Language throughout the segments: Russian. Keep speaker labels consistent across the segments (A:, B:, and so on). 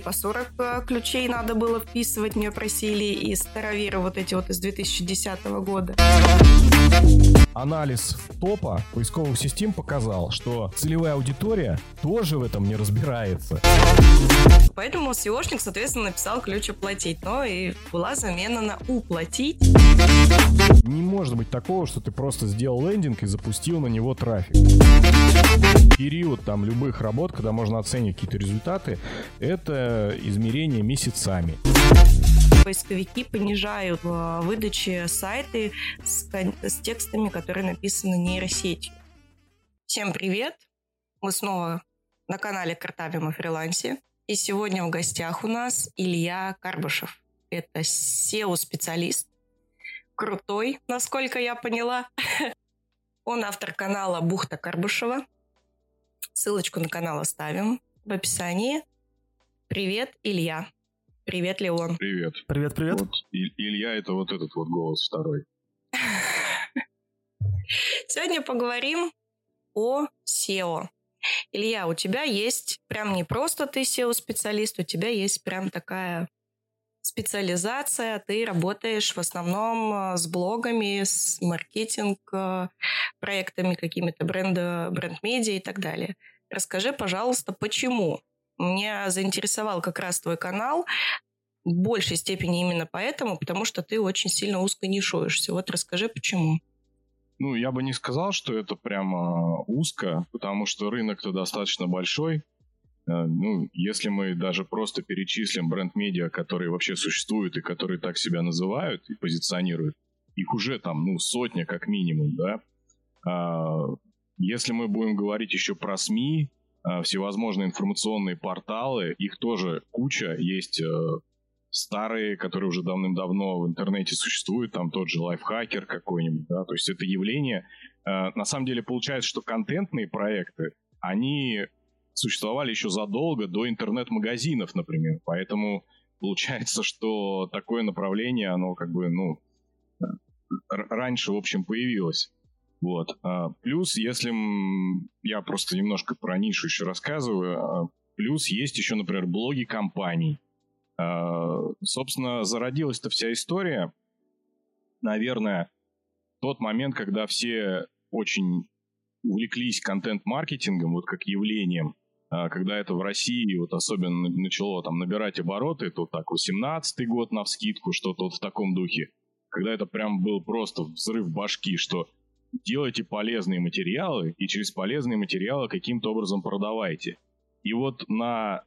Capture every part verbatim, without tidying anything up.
A: по сорок ключей надо было вписывать, меня просили, и староверы вот эти вот из две тысячи десятого года.
B: Анализ топа поисковых систем показал, что целевая аудитория тоже в этом не разбирается.
A: Поэтому сеошник, соответственно, написал ключ «оплатить», но и была замена на «уплатить».
B: Не может быть такого, что ты просто сделал лендинг и запустил на него трафик. Период там любых работ, когда можно оценивать какие-то результаты, это измерение месяцами.
A: Поисковики понижают в выдаче сайты с, с текстами, которые написаны нейросетью. Всем привет! Мы снова на канале Картавим о фрилансе. И сегодня в гостях у нас Илья Карбышев. Это сео-специалист. Крутой, насколько я поняла. Он автор канала Бухта Карбышева. Ссылочку на канал оставим в описании. Привет, Илья. Привет, Леон.
C: Привет.
D: Привет, привет.
C: Вот, Илья — это вот этот вот голос второй.
A: Сегодня поговорим о сео. Илья, у тебя есть прям не просто ты сео-специалист, у тебя есть прям такая специализация. Ты работаешь в основном с блогами, с маркетинг-проектами, какими-то бренда, бренд-медиа и так далее. Расскажи, пожалуйста, почему? Меня заинтересовал как раз твой канал в большей степени именно поэтому, потому что ты очень сильно узко нишуешься. Вот расскажи, почему.
C: Ну, я бы не сказал, что это прямо узко, потому что рынок-то достаточно большой. Ну, если мы даже просто перечислим бренд-медиа, которые вообще существуют и которые так себя называют и позиционируют, их уже там, ну, сотня как минимум, да. Если мы будем говорить еще про СМИ, всевозможные информационные порталы, их тоже куча. Есть старые, которые уже давным-давно в интернете существуют, там тот же лайфхакер какой-нибудь, да, то есть это явление. На самом деле получается, что контентные проекты, они существовали еще задолго до интернет-магазинов, например, поэтому получается, что такое направление, оно как бы, ну, раньше, в общем, появилось. Вот. Плюс, если я просто немножко про нишу еще рассказываю, плюс есть еще, например, блоги компаний. Собственно, зародилась-то вся история, наверное, в тот момент, когда все очень увлеклись контент-маркетингом, вот как явлением, когда это в России вот особенно начало там набирать обороты, то так восемнадцатый год навскидку, что-то вот в таком духе, когда это прям был просто взрыв башки, что делайте полезные материалы, и через полезные материалы каким-то образом продавайте. И вот на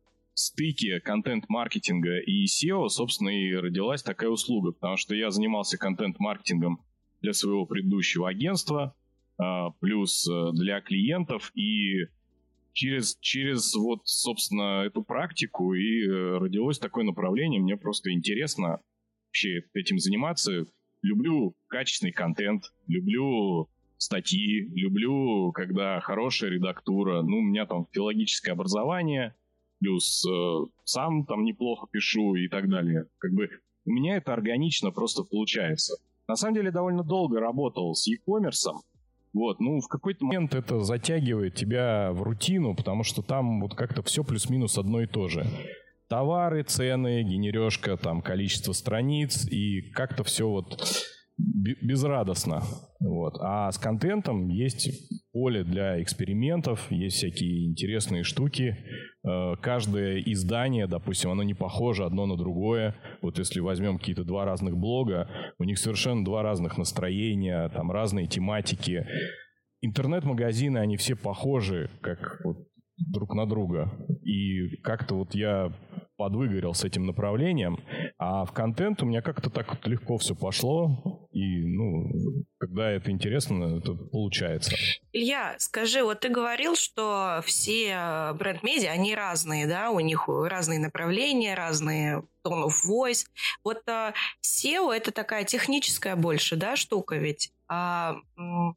C: стыке контент-маркетинга и сео, собственно, и родилась такая услуга, потому что я занимался контент-маркетингом для своего предыдущего агентства, плюс для клиентов, и через, через вот, собственно, эту практику и родилось такое направление. Мне просто интересно вообще этим заниматься. Люблю качественный контент, люблю статьи, люблю, когда хорошая редактура. Ну, у меня там филологическое образование, плюс э, сам там неплохо пишу и так далее. Как бы у меня это органично просто получается. На самом деле довольно долго работал с e-commerce. Вот, ну, в какой-то момент это затягивает тебя в рутину, потому что там вот как-то все плюс-минус одно и то же. Товары, цены, генережка, там, количество страниц, и как-то все вот безрадостно. Вот. А с контентом есть поле для экспериментов, есть всякие интересные штуки. Каждое издание, допустим, оно не похоже одно на другое. Вот если возьмем какие-то два разных блога, у них совершенно два разных настроения, там разные тематики. Интернет-магазины, они все похожи, как вот друг на друга. И как-то вот я подвыгорел с этим направлением, а в контент у меня как-то так вот легко все пошло, и, ну, когда это интересно, это получается.
A: Илья, скажи, вот ты говорил, что все бренд-медиа, они разные, да, у них разные направления, разные tone of voice. Вот сео — это такая техническая больше, да, штука ведь, а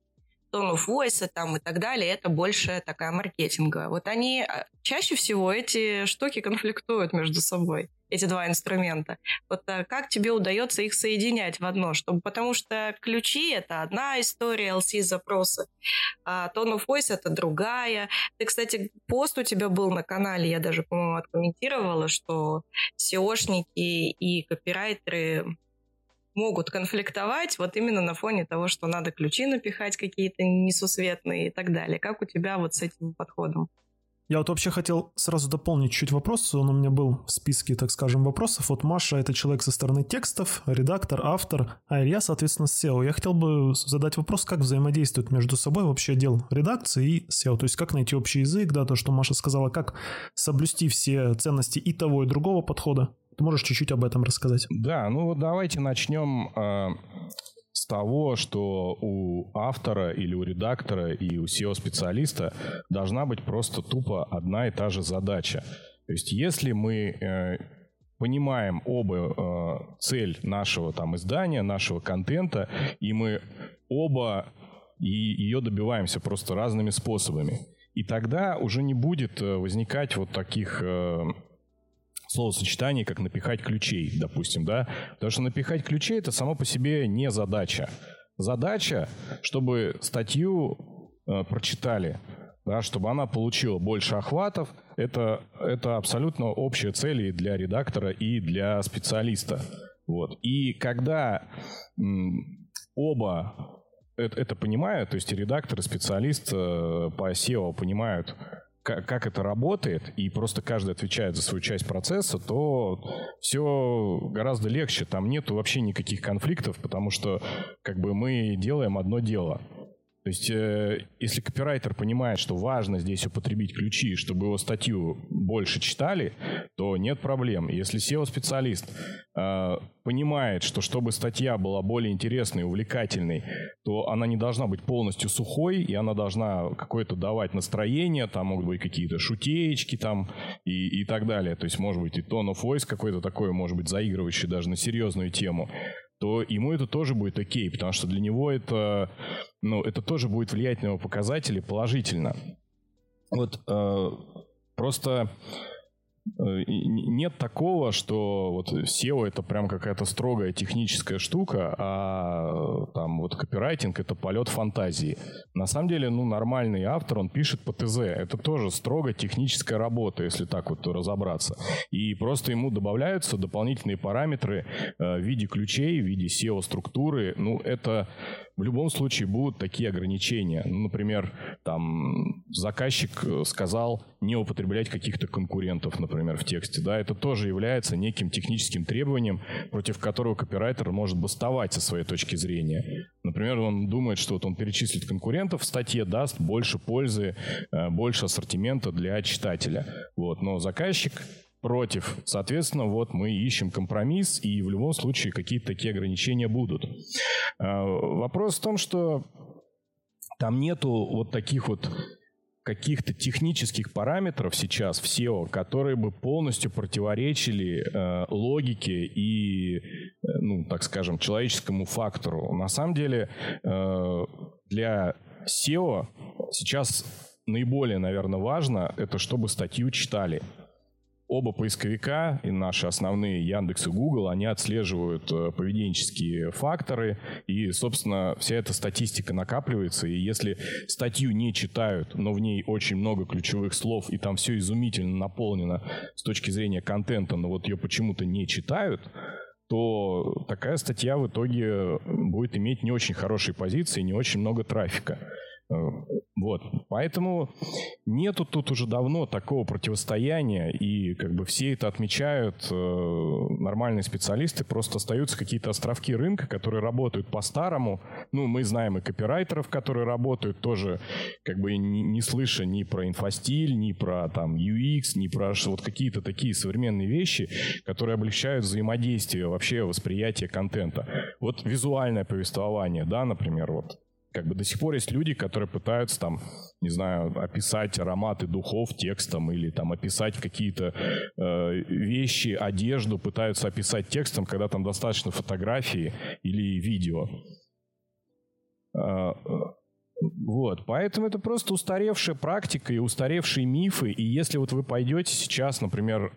A: tone of voice там, и так далее, это больше такая маркетинга. Вот они чаще всего эти штуки конфликтуют между собой, эти два инструмента. Вот как тебе удается их соединять в одно? Чтобы, потому что ключи — это одна история, эл си-запросы, а tone of voice — это другая. Ты, кстати, пост у тебя был на канале, я даже, по-моему, откомментировала, что сеошники и копирайтеры могут конфликтовать вот именно на фоне того, что надо ключи напихать какие-то несусветные и так далее. Как у тебя вот с этим подходом?
D: Я вот вообще хотел сразу дополнить чуть вопрос. Он у меня был в списке, так скажем, вопросов. Вот Маша — это человек со стороны текстов, редактор, автор, а Илья, соответственно, сео. Я хотел бы задать вопрос, как взаимодействует между собой вообще отдел редакции и сео. То есть как найти общий язык, да, то, что Маша сказала, как соблюсти все ценности и того, и другого подхода. Ты можешь чуть-чуть об этом рассказать?
B: Да, ну вот давайте начнем э, с того, что у автора или у редактора и у сео-специалиста должна быть просто тупо одна и та же задача. То есть если мы э, понимаем оба э, цель нашего там издания, нашего контента, и мы оба и ее добиваемся просто разными способами, и тогда уже не будет возникать вот таких... Э, словосочетание, как напихать ключей, допустим, да, потому что напихать ключей — это само по себе не задача. Задача, чтобы статью э, прочитали, да, чтобы она получила больше охватов, это, это абсолютно общая цель и для редактора, и для специалиста. Вот. И когда м, оба это, это понимают, то есть и редактор, и специалист э, по сео понимают, как это работает, и просто каждый отвечает за свою часть процесса, то все гораздо легче. Там нету вообще никаких конфликтов, потому что как бы мы делаем одно дело. То есть, э, если копирайтер понимает, что важно здесь употребить ключи, чтобы его статью больше читали, то нет проблем. Если сео-специалист э, понимает, что чтобы статья была более интересной, увлекательной, то она не должна быть полностью сухой, и она должна какое-то давать настроение, там могут быть какие-то шутеечки там и, и так далее. То есть, может быть, и tone of voice какой-то такой, может быть, заигрывающий даже на серьезную тему, то ему это тоже будет окей, потому что для него это, ну, это тоже будет влиять на его показатели положительно. Вот э, просто э, нет такого, что вот сео это прям какая-то строгая техническая штука, а там вот копирайтинг это полет фантазии. На самом деле, ну, нормальный автор, он пишет по ТЗ. Это тоже строго техническая работа, если так вот разобраться. И просто ему добавляются дополнительные параметры э, в виде ключей, в виде сео-структуры. Ну, это в любом случае будут такие ограничения. Ну, например, там заказчик сказал не употреблять каких-то конкурентов, например, в тексте. Да, это тоже является неким техническим требованием, против которого копирайтер может бастовать со своей точки зрения. Например, он думает, что вот он перечислит конкурентов в статье, даст больше пользы, больше ассортимента для читателя. Вот. Но заказчик против. Соответственно, вот мы ищем компромисс, и в любом случае какие-то такие ограничения будут. Вопрос в том, что там нету вот таких вот каких-то технических параметров сейчас в сео, которые бы полностью противоречили э, логике и, э, ну, так скажем, человеческому фактору. На самом деле э, для сео сейчас наиболее, наверное, важно, это чтобы статью читали. Оба поисковика, и наши основные, Яндекс и Google, они отслеживают э, поведенческие факторы, и, собственно, вся эта статистика накапливается, и если статью не читают, но в ней очень много ключевых слов, и там все изумительно наполнено с точки зрения контента, но вот ее почему-то не читают, то такая статья в итоге будет иметь не очень хорошие позиции, не очень много трафика. Вот, поэтому нету тут уже давно такого противостояния, и как бы все это отмечают, э, нормальные специалисты, просто остаются какие-то островки рынка, которые работают по-старому. Ну, мы знаем и копирайтеров, которые работают тоже, как бы не, не слыша ни про инфостиль, ни про там ю экс, ни про вот какие-то такие современные вещи, которые облегчают взаимодействие, вообще восприятие контента. Вот визуальное повествование, да, например, вот. Как бы до сих пор есть люди, которые пытаются там, не знаю, описать ароматы духов текстом или там описать какие-то э, вещи, одежду, пытаются описать текстом, когда там достаточно фотографии или видео. Э, Вот, поэтому это просто устаревшая практика и устаревшие мифы. И если вот вы пойдете сейчас, например,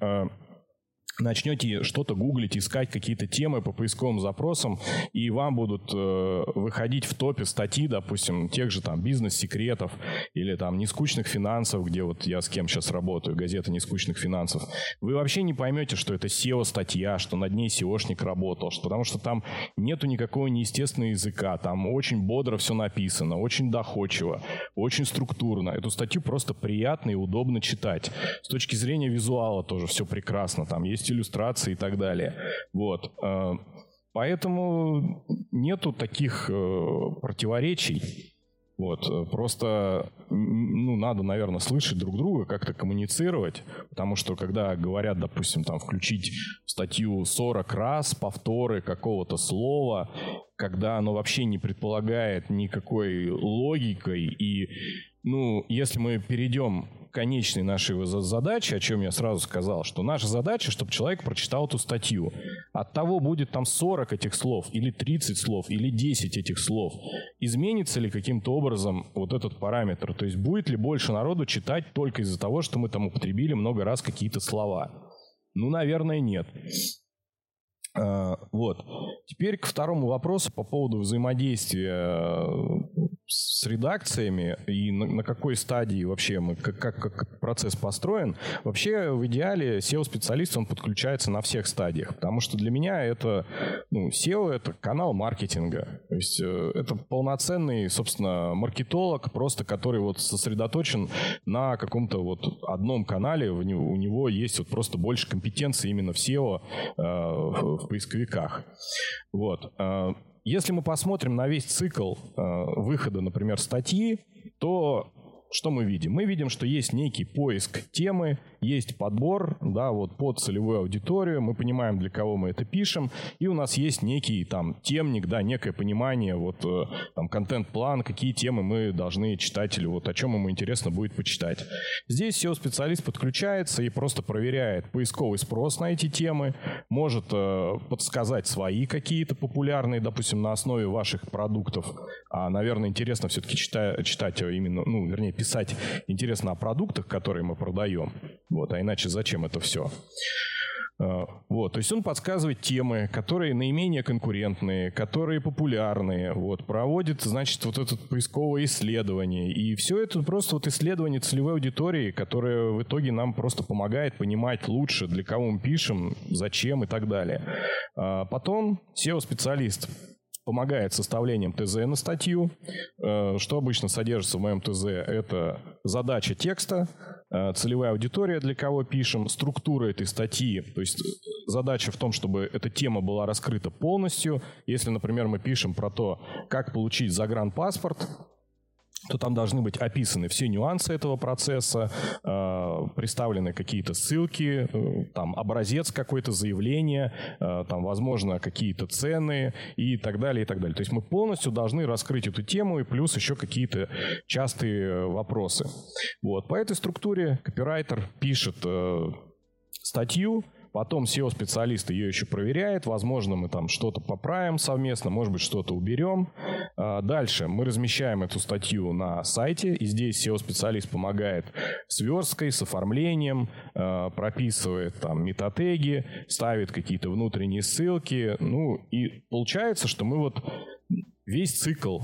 B: начнете что-то гуглить, искать какие-то темы по поисковым запросам, и вам будут э, выходить в топе статьи, допустим, тех же там бизнес-секретов или там нескучных финансов, где вот я с кем сейчас работаю, газета нескучных финансов, вы вообще не поймете, что это сео-статья, что над ней сеошник работал, что, потому что там нету никакого неестественного языка, там очень бодро все написано, очень доходчиво, очень структурно. Эту статью просто приятно и удобно читать. С точки зрения визуала тоже все прекрасно, там есть иллюстрации и так далее. Вот. Поэтому нету таких противоречий. Вот. Просто ну, надо, наверное, слышать друг друга, как-то коммуницировать, потому что когда говорят, допустим, там включить в статью сорок раз повторы какого-то слова, когда оно вообще не предполагает никакой логикой, и ну, если мы перейдем к конечной нашей задаче, о чем я сразу сказал, что наша задача, чтобы человек прочитал эту статью. От того, будет там сорок этих слов, или тридцать слов, или десять этих слов, изменится ли каким-то образом вот этот параметр? То есть будет ли больше народу читать только из-за того, что мы там употребили много раз какие-то слова? Ну, наверное, нет. Uh, вот. Теперь к второму вопросу по поводу взаимодействия с редакциями и на, на какой стадии вообще мы, как, как, как процесс построен. Вообще, в идеале, сео-специалист, он подключается на всех стадиях, потому что для меня это, ну, сео — это канал маркетинга. То есть это полноценный, собственно, маркетолог, просто который вот сосредоточен на каком-то вот одном канале, у него, у него есть вот просто больше компетенций именно в сео, э, в, в поисковиках. Вот. Если мы посмотрим на весь цикл выхода, например, статьи, то что мы видим? Мы видим, что есть некий поиск темы, есть подбор, да, вот под целевую аудиторию, мы понимаем, для кого мы это пишем, и у нас есть некий там темник, да, некое понимание, вот там контент-план, какие темы мы должны читателю, вот о чем ему интересно будет почитать. Здесь сео-специалист подключается и просто проверяет поисковый спрос на эти темы, может э, подсказать свои какие-то популярные, допустим, на основе ваших продуктов, а, наверное, интересно все-таки читать, читать именно, ну, вернее, писать интересно о продуктах, которые мы продаем. Вот, а иначе зачем это все? Вот, то есть он подсказывает темы, которые наименее конкурентные, которые популярные, вот, проводит, значит, вот это поисковое исследование. И все это просто вот исследование целевой аудитории, которое в итоге нам просто помогает понимать лучше, для кого мы пишем, зачем и так далее. А потом сео-специалист помогает составлением ТЗ на статью. Что обычно содержится в моем ТЗ? Это задача текста, целевая аудитория, для кого пишем, структура этой статьи. То есть задача в том, чтобы эта тема была раскрыта полностью. Если, например, мы пишем про то, как получить загранпаспорт, то там должны быть описаны все нюансы этого процесса, э, представлены какие-то ссылки, э, там образец какой-то заявления, э, там, возможно, какие-то цены и так далее, и так далее. То есть мы полностью должны раскрыть эту тему и плюс еще какие-то частые вопросы. Вот. По этой структуре копирайтер пишет э, статью, потом сео-специалист ее еще проверяет. Возможно, мы там что-то поправим совместно, может быть, что-то уберем. Дальше мы размещаем эту статью на сайте. И здесь сео-специалист помогает с версткой, с оформлением, прописывает там метатеги, ставит какие-то внутренние ссылки. Ну и получается, что мы вот весь цикл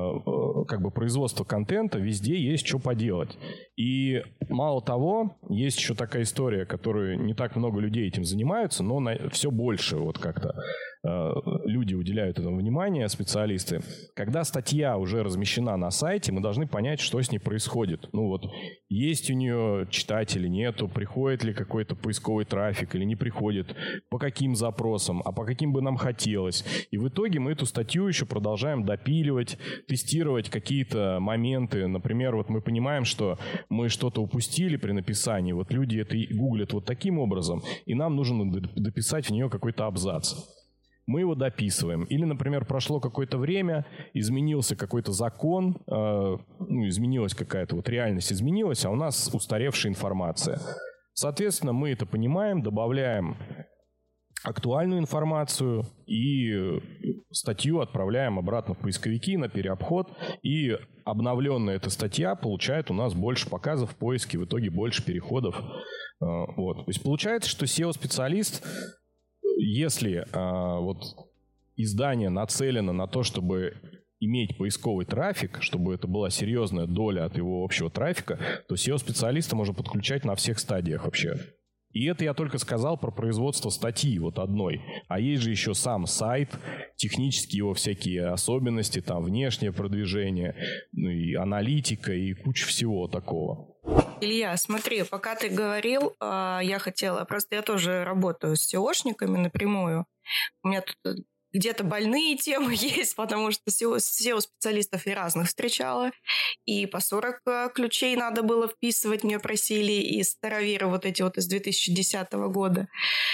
B: э, как бы производства контента, везде есть что поделать. И мало того, есть еще такая история, которую не так много людей этим занимаются, но на, все больше вот как-то э, люди уделяют этому внимание, специалисты. Когда статья уже размещена на сайте, мы должны понять, что с ней происходит. Ну вот, есть у нее читатели, нету, приходит ли какой-то поисковый трафик или не приходит, по каким запросам, а по каким бы нам хотелось. И в итоге мы эту статью еще продолжаем допиливать, тестировать какие-то моменты. Например, вот мы понимаем, что мы что-то упустили при написании. Вот люди это и гуглят вот таким образом, и нам нужно дописать в нее какой-то абзац. Мы его дописываем. Или, например, прошло какое-то время, изменился какой-то закон, э, ну, изменилась какая-то вот реальность, изменилась, а у нас устаревшая информация. Соответственно, мы это понимаем, добавляем актуальную информацию и статью отправляем обратно в поисковики на переобход, и обновленная эта статья получает у нас больше показов в поиске, в итоге больше переходов. Вот. То есть получается, что сео-специалист, если вот издание нацелено на то, чтобы иметь поисковый трафик, чтобы это была серьезная доля от его общего трафика, то сео-специалиста можно подключать на всех стадиях вообще. И это я только сказал про производство статьи вот одной. А есть же еще сам сайт, технические его всякие особенности, там внешнее продвижение, ну и аналитика, и куча всего такого.
A: Илья, смотри, пока ты говорил, я хотела... Просто я тоже работаю с сеошниками напрямую. У меня тут где-то больные темы есть, потому что сео-специалистов я разных встречала. И по сорок ключей надо было вписывать, меня просили, и староверы вот эти вот из две тысячи десятого года.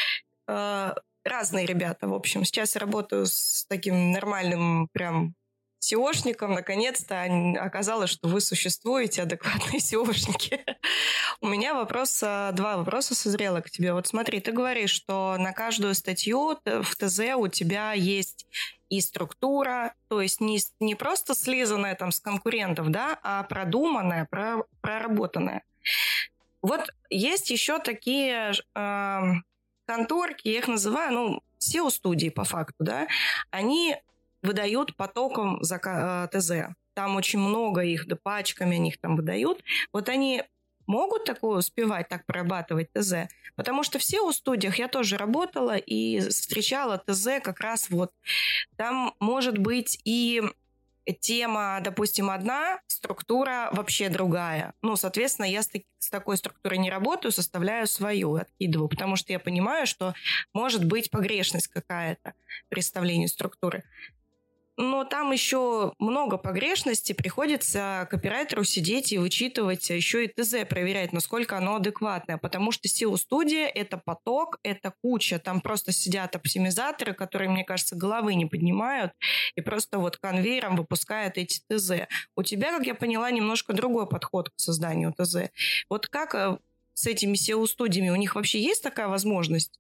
A: Разные ребята, в общем. Сейчас я работаю с таким нормальным прям сеошником. Наконец-то оказалось, что вы существуете, адекватные сеошники. У меня вопрос, два вопроса созрело к тебе. Вот смотри, ты говоришь, что на каждую статью в ТЗ у тебя есть и структура, то есть не, не просто слизанная там с конкурентов, да, а продуманная, про, проработанная. Вот есть еще такие э, конторки, я их называю, ну, сео-студии по факту, да, они выдают потоком за ТЗ. Там очень много их, да пачками они их там выдают. Вот они могут такое успевать, так прорабатывать ТЗ? Потому что в сео-студиях я тоже работала и встречала ТЗ как раз вот. Там может быть и тема, допустим, одна, структура вообще другая. Ну, соответственно, я с, таки, с такой структурой не работаю, составляю свою, откидываю, потому что я понимаю, что может быть погрешность какая-то в представлении структуры. Но там еще много погрешностей, приходится копирайтеру сидеть и вычитывать, еще и ТЗ проверять, насколько оно адекватное, потому что сео-студия – это поток, это куча, там просто сидят оптимизаторы, которые, мне кажется, головы не поднимают и просто вот конвейером выпускают эти ТЗ. У тебя, как я поняла, немножко другой подход к созданию ТЗ. Вот как с этими сео-студиями, у них вообще есть такая возможность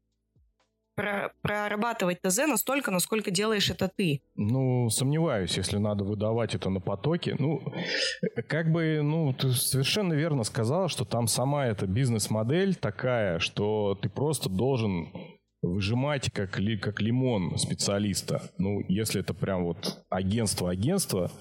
A: прорабатывать ТЗ настолько, насколько делаешь это ты?
B: Ну, сомневаюсь, если надо выдавать это на потоке. Ну, как бы, ну, ты совершенно верно сказал, что там сама эта бизнес-модель такая, что ты просто должен выжимать как, ли, как лимон специалиста. Ну, если это прям вот агентство-агентство,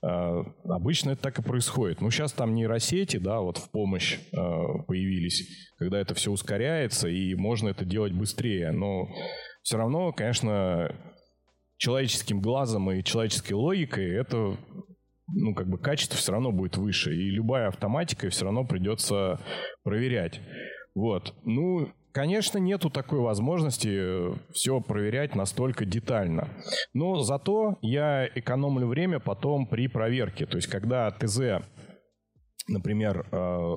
B: обычно это так и происходит. Ну, сейчас там нейросети, да, вот в помощь э, появились, когда это все ускоряется, и можно это делать быстрее. Но все равно, конечно, человеческим глазом и человеческой логикой это, ну, как бы качество все равно будет выше. И любая автоматика все равно придется проверять. Вот. Ну, конечно, нету такой возможности все проверять настолько детально. Но зато я экономлю время потом при проверке. То есть, когда ТЗ, например,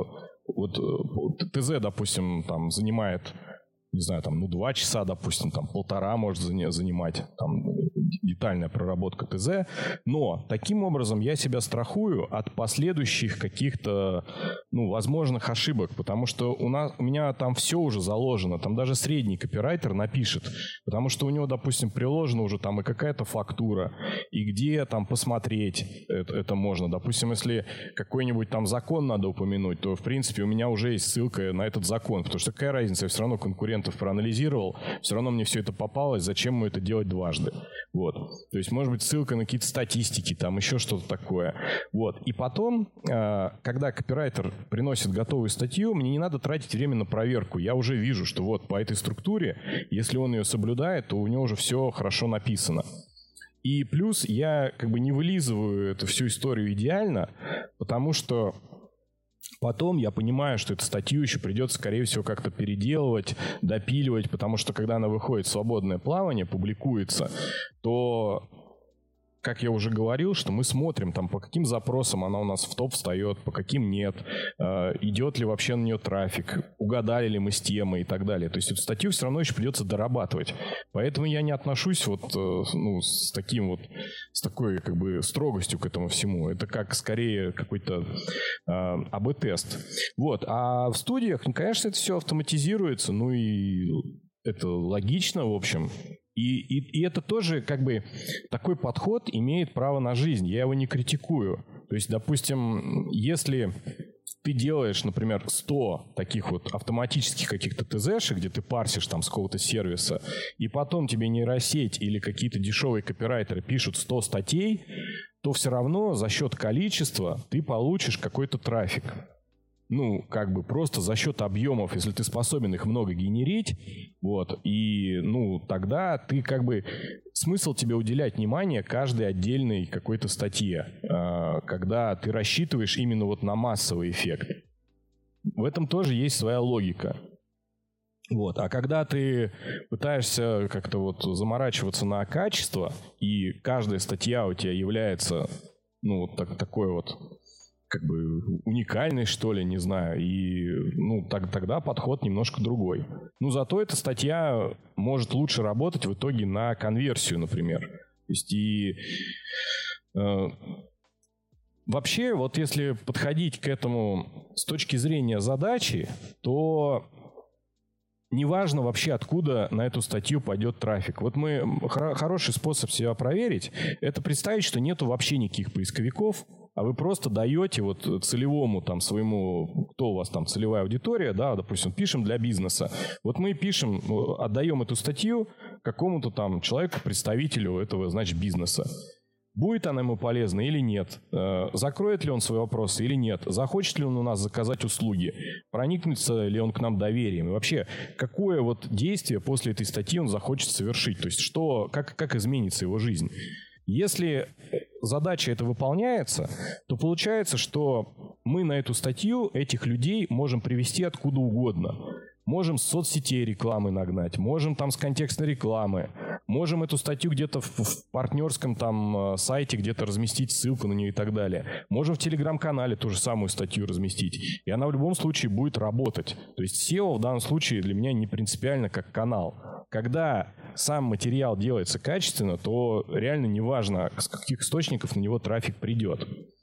B: вот ТЗ, допустим, там занимает, не знаю, там, ну, два часа, допустим, там, полтора может занимать, там, детальная проработка ТЗ, но таким образом я себя страхую от последующих каких-то, ну, возможных ошибок, потому что у нас, у меня там все уже заложено, там даже средний копирайтер напишет, потому что у него, допустим, приложена уже там и какая-то фактура, и где там посмотреть это, это можно. Допустим, если какой-нибудь там закон надо упомянуть, то, в принципе, у меня уже есть ссылка на этот закон, потому что какая разница, я все равно конкурентов проанализировал, все равно мне все это попалось, зачем ему это делать дважды. Вот. То есть, может быть, ссылка на какие-то статистики, там еще что-то такое. Вот. И потом, когда копирайтер приносит готовую статью, мне не надо тратить время на проверку. Я уже вижу, что вот по этой структуре, если он ее соблюдает, то у него уже все хорошо написано. И плюс я как бы не вылизываю эту всю историю идеально, потому что потом я понимаю, что эту статью еще придется, скорее всего, как-то переделывать, допиливать, потому что когда она выходит в свободное плавание, публикуется, то, как я уже говорил, что мы смотрим, там, по каким запросам она у нас в топ встает, по каким нет, э, идет ли вообще на нее трафик, угадали ли мы с темой и так далее. То есть эту статью все равно еще придется дорабатывать. Поэтому я не отношусь вот, э, ну, с таким вот, с такой как бы строгостью к этому всему. Это как скорее какой-то э, АБ-тест. Вот. А в студиях, ну, конечно, это все автоматизируется, ну и это логично, в общем. И, и, и это тоже как бы такой подход имеет право на жизнь. Я его не критикую. То есть, допустим, если ты делаешь, например, сто таких вот автоматических каких-то ТЗшек, где ты парсишь там с какого-то сервиса, и потом тебе нейросеть или какие-то дешевые копирайтеры пишут сто статей, то все равно за счет количества ты получишь какой-то трафик. Ну, как бы просто за счет объемов, если ты способен их много генерить, вот, и, ну, тогда ты как бы... Смысл тебе уделять внимание каждой отдельной какой-то статье, когда ты рассчитываешь именно вот на массовый эффект. В этом тоже есть своя логика. Вот. А когда ты пытаешься как-то вот заморачиваться на качество, и каждая статья у тебя является, ну, вот так, такой вот... как бы уникальный, что ли, не знаю, и ну, так, тогда подход немножко другой. Ну, зато эта статья может лучше работать в итоге на конверсию, например. То есть и э, вообще, вот если подходить к этому с точки зрения задачи, то неважно вообще, откуда на эту статью пойдет трафик. Вот мы хор- хороший способ себя проверить, это представить, что нету вообще никаких поисковиков, а вы просто даете вот целевому там своему, кто у вас там целевая аудитория, да, допустим, пишем для бизнеса. Вот мы пишем, отдаем эту статью какому-то там человеку, представителю этого, значит, бизнеса. Будет она ему полезна или нет? Закроет ли он свои вопросы или нет? Захочет ли он у нас заказать услуги? Проникнется ли он к нам доверием? И вообще, какое вот действие после этой статьи он захочет совершить? То есть, что, как, как изменится его жизнь? Если задача эта выполняется, то получается, что мы на эту статью этих людей можем привести откуда угодно. Можем с соцсетей рекламы нагнать, можем там с контекстной рекламы, можем эту статью где-то в, в партнерском там сайте где-то разместить ссылку на нее и так далее. Можем в телеграм-канале ту же самую статью разместить. И она в любом случае будет работать. То есть сео в данном случае для меня не принципиально как канал. Когда сам материал делается качественно, то реально неважно, с каких источников на него трафик придет.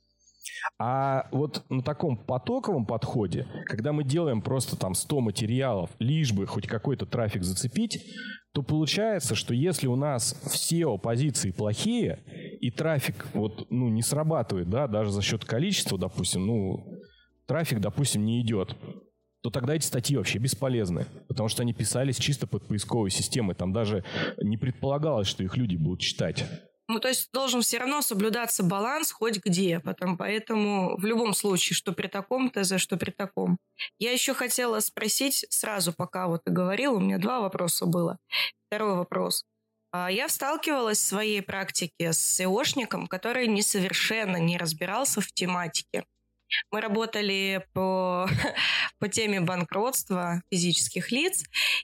B: А вот на таком потоковом подходе, когда мы делаем просто там сто материалов, лишь бы хоть какой-то трафик зацепить, то получается, что если у нас в сео позиции плохие, и трафик вот, ну, не срабатывает, да, даже за счет количества, допустим, ну, трафик, допустим, не идет, то тогда эти статьи вообще бесполезны, потому что они писались чисто под поисковой системой, там даже не предполагалось, что их люди будут читать.
A: Ну, то есть должен все равно соблюдаться баланс хоть где. Потом, поэтому в любом случае, что при таком ТЗ, что при таком. Я еще хотела спросить сразу, пока вот ты говорил, у меня два вопроса было. Второй вопрос. Я сталкивалась в своей практике с сеошником, который не совершенно не разбирался в тематике. Мы работали по, по теме банкротства физических лиц,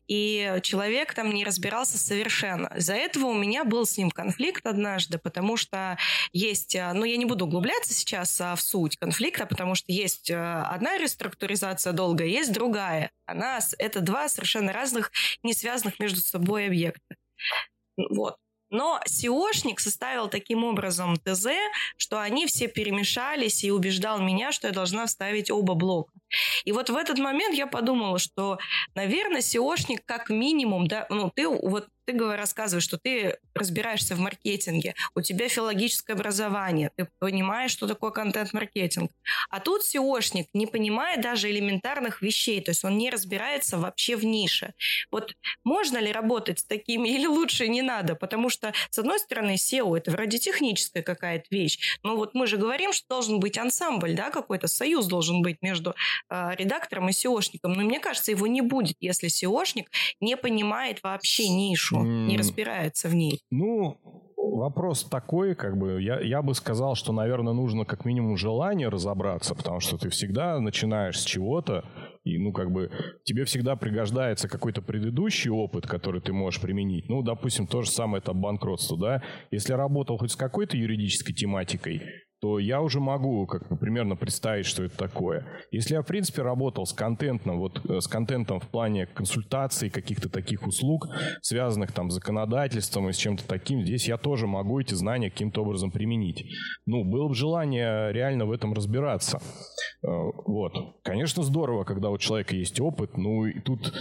A: и человек там не разбирался совершенно. Из-за этого у меня был с ним конфликт однажды, потому что есть, ну, я не буду углубляться сейчас в суть конфликта, потому что есть одна реструктуризация долгая, есть другая. Она, это два совершенно разных, не связанных между собой объекта. Вот. Но сеошник составил таким образом ТЗ, что они все перемешались и убеждал меня, что я должна вставить оба блока. И вот в этот момент я подумала, что, наверное, сеошник как минимум, да, ну, ты вот ты рассказываешь, что ты разбираешься в маркетинге, у тебя филологическое образование, ты понимаешь, что такое контент-маркетинг. А тут сеошник не понимает даже элементарных вещей, то есть он не разбирается вообще в нише. Вот можно ли работать с такими или лучше не надо? Потому что, с одной стороны, сео – это вроде техническая какая-то вещь, но вот мы же говорим, что должен быть ансамбль, да, какой-то союз должен быть между э, редактором и сеошником. Но мне кажется, его не будет, если сеошник не понимает вообще нишу, не разбирается в ней.
B: Ну, вопрос такой, как бы, я, я бы сказал, что, наверное, нужно как минимум желание разобраться, потому что ты всегда начинаешь с чего-то, и, ну, как бы, тебе всегда пригождается какой-то предыдущий опыт, который ты можешь применить. Ну, допустим, то же самое это банкротство, да. Если работал хоть с какой-то юридической тематикой, то я уже могу как бы примерно представить, что это такое. Если я, в принципе, работал с контентом, вот с контентом в плане консультаций, каких-то таких услуг, связанных там с законодательством и с чем-то таким, здесь я тоже могу эти знания каким-то образом применить. Ну, было бы желание реально в этом разбираться. Вот. Конечно, здорово, когда у человека есть опыт, ну, и тут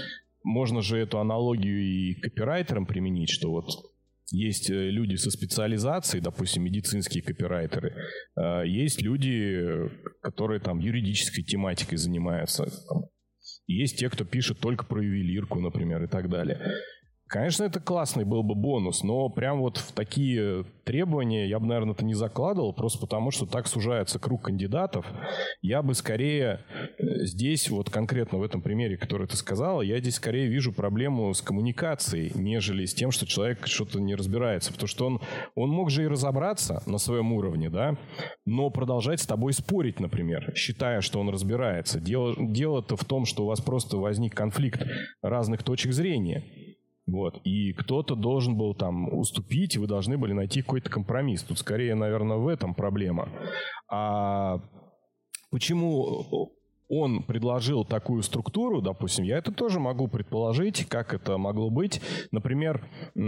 B: можно же эту аналогию и к копирайтерам применить, что вот есть люди со специализацией, допустим, медицинские копирайтеры, есть люди, которые там юридической тематикой занимаются, есть те, кто пишет только про ювелирку, например, и так далее. Конечно, это классный был бы бонус, но прям вот в такие требования я бы, наверное, это не закладывал, просто потому что так сужается круг кандидатов. Я бы скорее здесь, вот конкретно в этом примере, который ты сказала, я здесь скорее вижу проблему с коммуникацией, нежели с тем, что человек что-то не разбирается. Потому что он, он мог же и разобраться на своем уровне, да, но продолжать с тобой спорить, например, считая, что он разбирается. Дело, дело-то в том, что у вас просто возник конфликт разных точек зрения. Вот. И кто-то должен был там уступить, и вы должны были найти какой-то компромисс. Тут скорее, наверное, в этом проблема. А почему он предложил такую структуру, допустим, я это тоже могу предположить, как это могло быть. Например,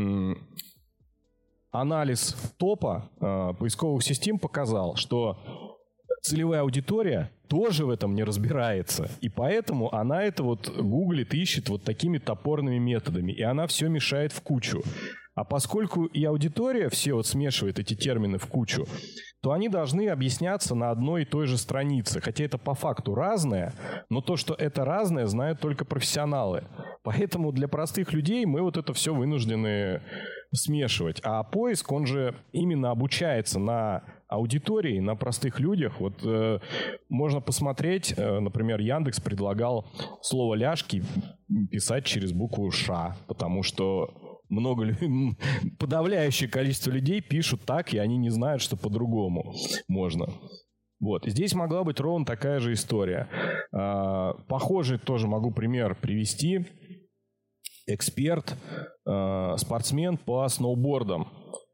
B: анализ топа э, поисковых систем показал, что целевая аудитория тоже в этом не разбирается. И поэтому она это вот гуглит, ищет вот такими топорными методами. И она все мешает в кучу. А поскольку и аудитория все вот смешивает эти термины в кучу, то они должны объясняться на одной и той же странице. Хотя это по факту разное, но то, что это разное, знают только профессионалы. Поэтому для простых людей мы вот это все вынуждены смешивать. А поиск, он же именно обучается на аудитории, на простых людях. Вот э, можно посмотреть, э, например, Яндекс предлагал слово «ляжки» писать через букву «ш», потому что много людей, подавляющее количество людей пишут так, и они не знают, что по-другому можно. Вот. Здесь могла быть ровно такая же история. Э, похожий тоже могу пример привести. Эксперт, э, спортсмен по сноубордам.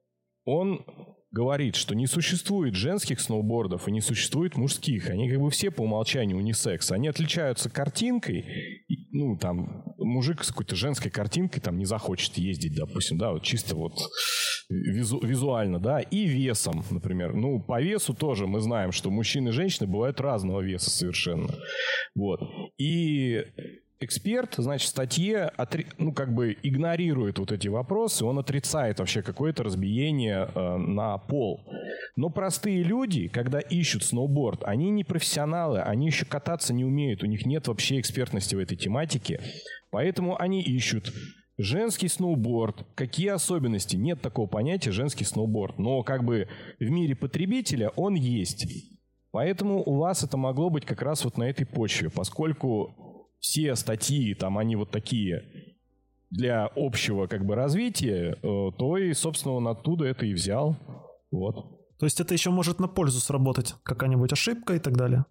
B: Он говорит, что не существует женских сноубордов и не существует мужских. Они как бы все по умолчанию унисекс. Они отличаются картинкой. Ну, там, мужик с какой-то женской картинкой там не захочет ездить, допустим, да, вот чисто вот визу, визуально, да, и весом, например. Ну, по весу тоже мы знаем, что мужчины и женщины бывают разного веса совершенно. Вот. И эксперт, значит, в статье отри... ну, как бы игнорирует вот эти вопросы, он отрицает вообще какое-то разбиение э, на пол. Но простые люди, когда ищут сноуборд, они не профессионалы, они еще кататься не умеют, у них нет вообще экспертности в этой тематике, поэтому они ищут женский сноуборд. Какие особенности? Нет такого понятия женский сноуборд, но как бы в мире потребителя он есть. Поэтому у вас это могло быть как раз вот на этой почве, поскольку все статьи, там, они вот такие для общего, как бы, развития, то и, собственно, он оттуда это и взял. Вот.
D: То есть это еще может на пользу сработать, какая-нибудь ошибка и так далее?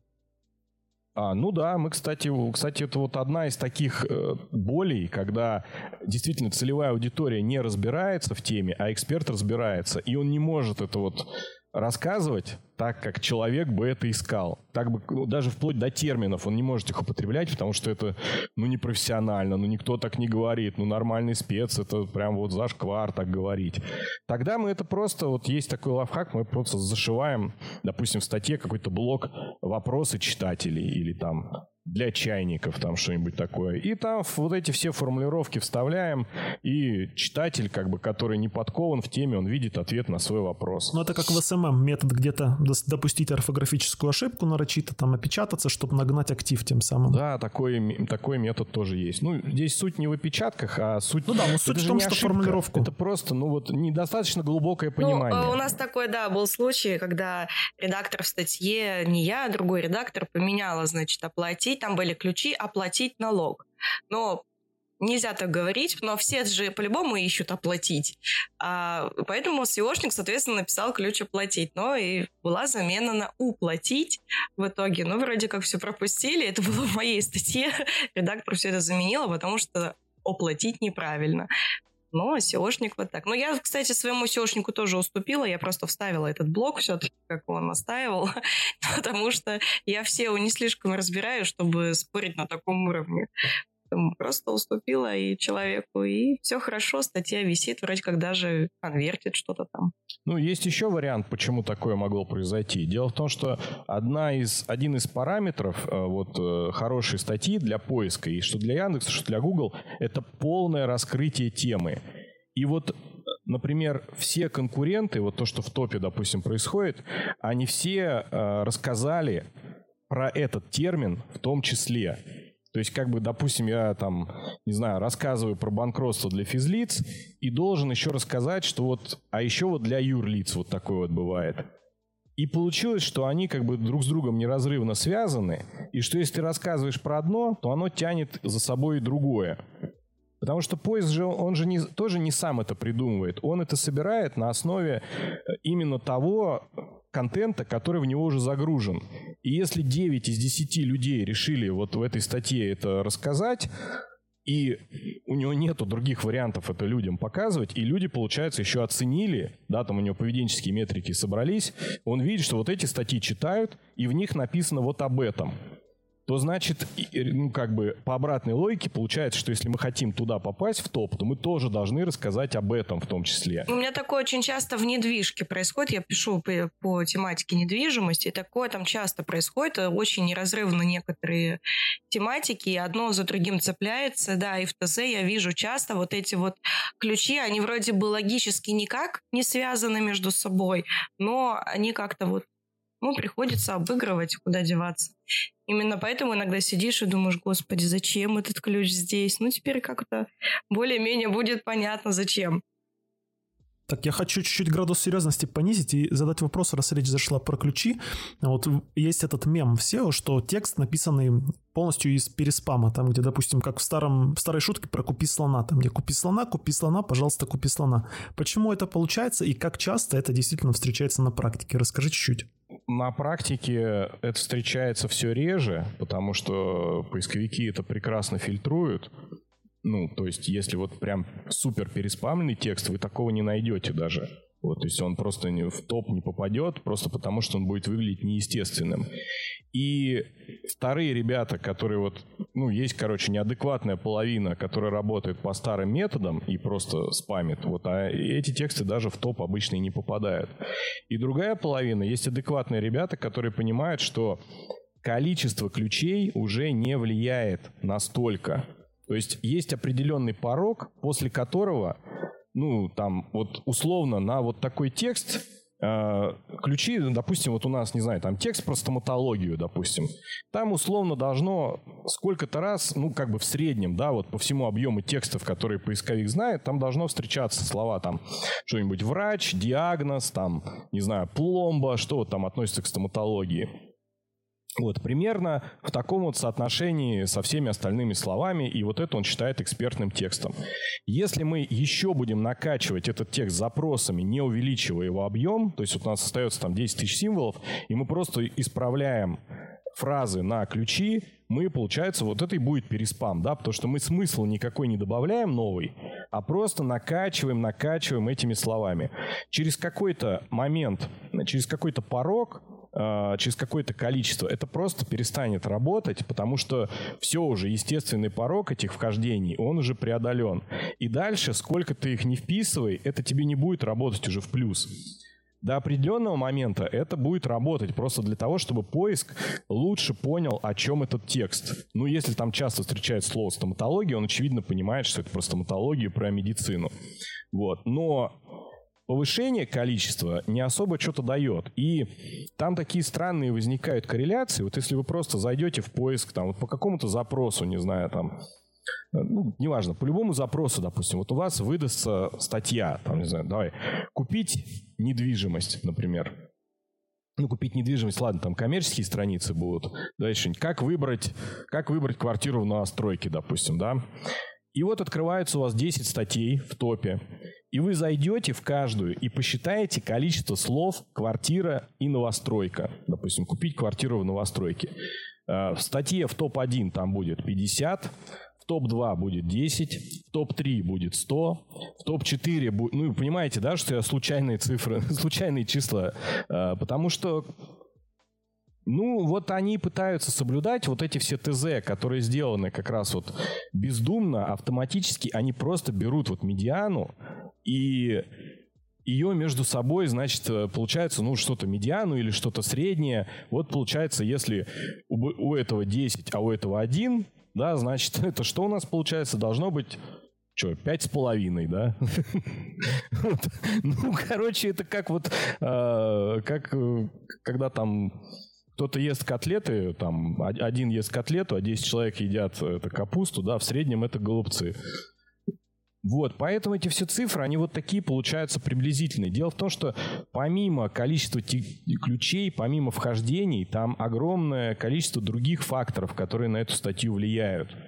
B: А, ну да, мы, кстати, кстати, это вот одна из таких э, болей, когда действительно целевая аудитория не разбирается в теме, а эксперт разбирается, и он не может это вот рассказывать так, как человек бы это искал. Так бы, ну, даже вплоть до терминов он не может их употреблять, потому что это, ну, непрофессионально, ну, никто так не говорит, ну, нормальный спец, это прям вот зашквар так говорить. Тогда мы это просто, вот есть такой лайфхак, мы просто зашиваем, допустим, в статье какой-то блок вопросы читателей или там для чайников, там что-нибудь такое. И там вот эти все формулировки вставляем, и читатель, как бы, который не подкован в теме, он видит ответ на свой вопрос.
D: Ну, это как в эс эм эм, метод где-то допустить орфографическую ошибку нарочито, там опечататься, чтобы нагнать актив тем самым.
B: Да, такой, такой метод тоже есть. Ну, здесь суть не в опечатках, а суть...
D: Ну да, но суть в том, что ошибка, формулировку.
B: Это просто, ну вот, недостаточно глубокое понимание.
A: Ну, у нас такой, да, был случай, когда редактор в статье, не я, а другой редактор, поменяла, значит, оплатить. Там были ключи «оплатить налог». Но нельзя так говорить, но все же по-любому ищут «оплатить». А, поэтому сеошник, соответственно, написал ключ «оплатить». Но и была замена на «уплатить» в итоге. Ну, вроде как все пропустили. Это было в моей статье. Редактор все это заменила, потому что «оплатить» неправильно. Но сеошник вот так. Но я, кстати, своему сеошнику тоже уступила. Я просто вставила этот блок все-таки, как он настаивал. Потому что я в сео не слишком разбираю, чтобы спорить на таком уровне. Просто уступила и человеку, и все хорошо, статья висит, вроде как даже конвертит что-то там.
B: Ну, есть еще вариант, почему такое могло произойти. Дело в том, что одна из, один из параметров вот, хорошей статьи для поиска, и что для Яндекса, что для Google, это полное раскрытие темы. И вот, например, все конкуренты, вот то, что в топе, допустим, происходит, они все э, рассказали про этот термин в том числе. То есть, как бы, допустим, я там, не знаю, рассказываю про банкротство для физлиц и должен еще рассказать, что вот, а еще вот для юрлиц вот такое вот бывает. И получилось, что они как бы друг с другом неразрывно связаны, и что если ты рассказываешь про одно, то оно тянет за собой и другое. Потому что поиск же, он же не, тоже не сам это придумывает. Он это собирает на основе именно того контента, который в него уже загружен. И если девять из десяти людей решили вот в этой статье это рассказать, и у него нету других вариантов это людям показывать, и люди, получается, еще оценили, да, там у него поведенческие метрики собрались, он видит, что вот эти статьи читают, и в них написано вот об этом. То значит, ну, как бы по обратной логике получается, что если мы хотим туда попасть в топ, то мы тоже должны рассказать об этом в том числе.
A: У меня такое очень часто в недвижке происходит. Я пишу по, по тематике недвижимости, и такое там часто происходит. Очень неразрывно некоторые тематики, и одно за другим цепляется. Да, и в ТЗ я вижу часто вот эти вот ключи, они вроде бы логически никак не связаны между собой, но они как-то вот, ну, приходится обыгрывать, куда деваться. Именно поэтому иногда сидишь и думаешь, господи, зачем этот ключ здесь? Ну, теперь как-то более-менее будет понятно, зачем.
D: Так, я хочу чуть-чуть градус серьезности понизить и задать вопрос, раз речь зашла про ключи. Вот есть этот мем в сео, что текст написанный полностью из переспама, там, где, допустим, как в, старом, в старой шутке про «купи слона», там, где «купи слона, купи слона, пожалуйста, купи слона». Почему это получается и как часто это действительно встречается на практике? Расскажи чуть-чуть.
B: На практике это встречается все реже, потому что поисковики это прекрасно фильтруют. Ну, то есть, если вот прям супер переспамленный текст, вы такого не найдете даже. Вот, то есть, он просто не, в топ не попадет, просто потому что он будет выглядеть неестественным. И вторые ребята, которые вот, ну, есть, короче, неадекватная половина, которая работает по старым методам и просто спамит, вот, а эти тексты даже в топ обычно и не попадают. И другая половина, есть адекватные ребята, которые понимают, что количество ключей уже не влияет настолько. То есть есть определенный порог, после которого, ну, там, вот условно на вот такой текст э, ключи, допустим, вот у нас, не знаю, там текст про стоматологию, допустим, там условно должно сколько-то раз, ну, как бы в среднем, да, вот по всему объему текстов, которые поисковик знает, там должно встречаться слова там что-нибудь врач, диагноз, там, не знаю, пломба, что вот там относится к стоматологии. Вот, примерно в таком вот соотношении со всеми остальными словами, и вот это он считает экспертным текстом. Если мы еще будем накачивать этот текст запросами, не увеличивая его объем, то есть вот у нас остается там десять тысяч символов, и мы просто исправляем фразы на ключи, мы, получается, вот это и будет переспам, да, потому что мы смысл никакой не добавляем новый, а просто накачиваем, накачиваем этими словами. Через какой-то момент, через какой-то порог, через какое-то количество, это просто перестанет работать, потому что все уже, естественный порог этих вхождений, он уже преодолен. И дальше, сколько ты их не вписывай, это тебе не будет работать уже в плюс. До определенного момента это будет работать просто для того, чтобы поиск лучше понял, о чем этот текст. Ну, если там часто встречается слово стоматология, он, очевидно, понимает, что это про стоматологию, про медицину. Вот. Но повышение количества не особо что-то дает. И там такие странные возникают корреляции. Вот если вы просто зайдете в поиск там, вот по какому-то запросу, не знаю, там, ну, неважно, по любому запросу, допустим, вот у вас выдастся статья, там, не знаю, давай, купить недвижимость, например. Ну, купить недвижимость, ладно, там коммерческие страницы будут. Дальше, как выбрать, как выбрать квартиру в новостройке, допустим, да. И вот открывается у вас десять статей в топе. И вы зайдете в каждую и посчитаете количество слов «квартира» и «новостройка». Допустим, купить квартиру в новостройке. В статье в топ один там будет пятьдесят, в топ два будет десять, в топ три будет сто, в топ четыре будет... Ну, вы понимаете, да, что я случайные цифры, случайные числа. Потому что Ну, вот они пытаются соблюдать вот эти все ТЗ, которые сделаны как раз вот бездумно, автоматически. Они просто берут вот медиану и ее между собой, значит, получается, ну, что-то медиану или что-то среднее. Вот получается, если у, у этого десять, а у этого один, да, значит, это что у нас получается? Должно быть... Что, пять с половиной, да? Ну, короче, это как вот, как когда там кто-то ест котлеты, там, один ест котлету, а десять человек едят это капусту, да, в среднем это голубцы. Вот, поэтому эти все цифры, они вот такие получаются приблизительные. Дело в том, что помимо количества ключей, помимо вхождений, там огромное количество других факторов, которые на эту статью влияют.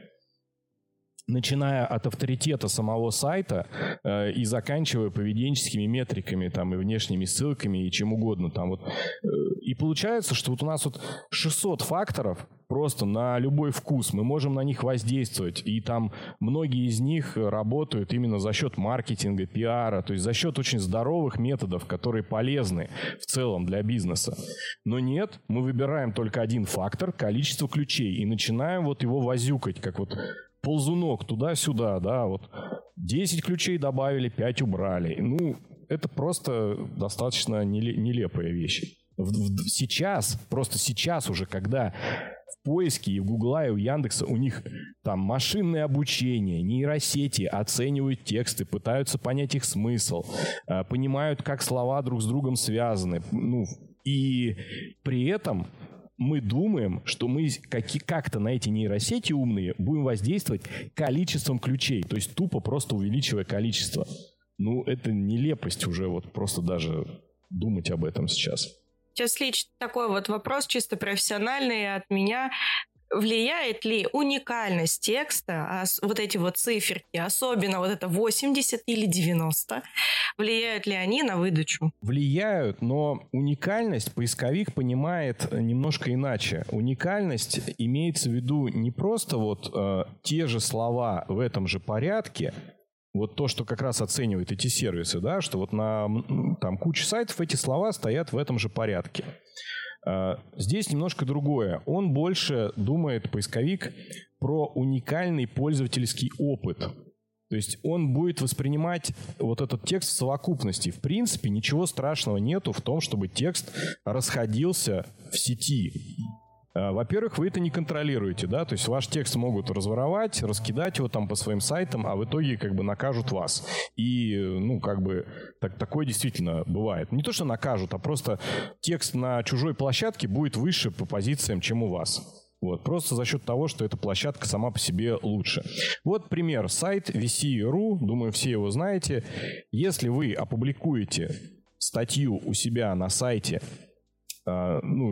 B: Начиная от авторитета самого сайта э, и заканчивая поведенческими метриками, там, и внешними ссылками, и чем угодно. Там, вот. И получается, что вот у нас вот шестьсот факторов просто на любой вкус. Мы можем на них воздействовать. И там многие из них работают именно за счет маркетинга, пиара, то есть за счет очень здоровых методов, которые полезны в целом для бизнеса. Но нет, мы выбираем только один фактор, количество ключей, и начинаем вот его возюкать, как вот ползунок туда-сюда, да, вот десять ключей добавили, пять убрали. Ну, это просто достаточно нелепая вещь. Сейчас, просто сейчас уже, когда в поиске и в Гугла, и у Яндекса у них там машинное обучение, нейросети оценивают тексты, пытаются понять их смысл, понимают, как слова друг с другом связаны. Ну, и при этом мы думаем, что мы как-то на эти нейросети умные будем воздействовать количеством ключей, то есть тупо просто увеличивая количество. Ну, это нелепость уже, вот просто даже думать об этом сейчас.
A: Сейчас лично такой вот вопрос чисто профессиональный от меня. Влияет ли уникальность текста, а вот эти вот циферки, особенно вот это восемьдесят или девяносто, влияют ли они на выдачу?
B: Влияют, но уникальность поисковик понимает немножко иначе. Уникальность имеется в виду не просто вот э, те же слова в этом же порядке, вот то, что как раз оценивают эти сервисы, да, что вот на там куче сайтов эти слова стоят в этом же порядке. Здесь немножко другое. Он больше думает, поисковик, про уникальный пользовательский опыт. То есть он будет воспринимать вот этот текст в совокупности. В принципе, ничего страшного нету в том, чтобы текст расходился в сети. Во-первых, вы это не контролируете, да, то есть ваш текст могут разворовать, раскидать его там по своим сайтам, а в итоге как бы накажут вас. И, ну, как бы, так, такое действительно бывает. Не то, что накажут, а просто текст на чужой площадке будет выше по позициям, чем у вас. Вот, просто за счет того, что эта площадка сама по себе лучше. Вот пример. Сайт ви си точка ру, думаю, все его знаете. Если вы опубликуете статью у себя на сайте, ну,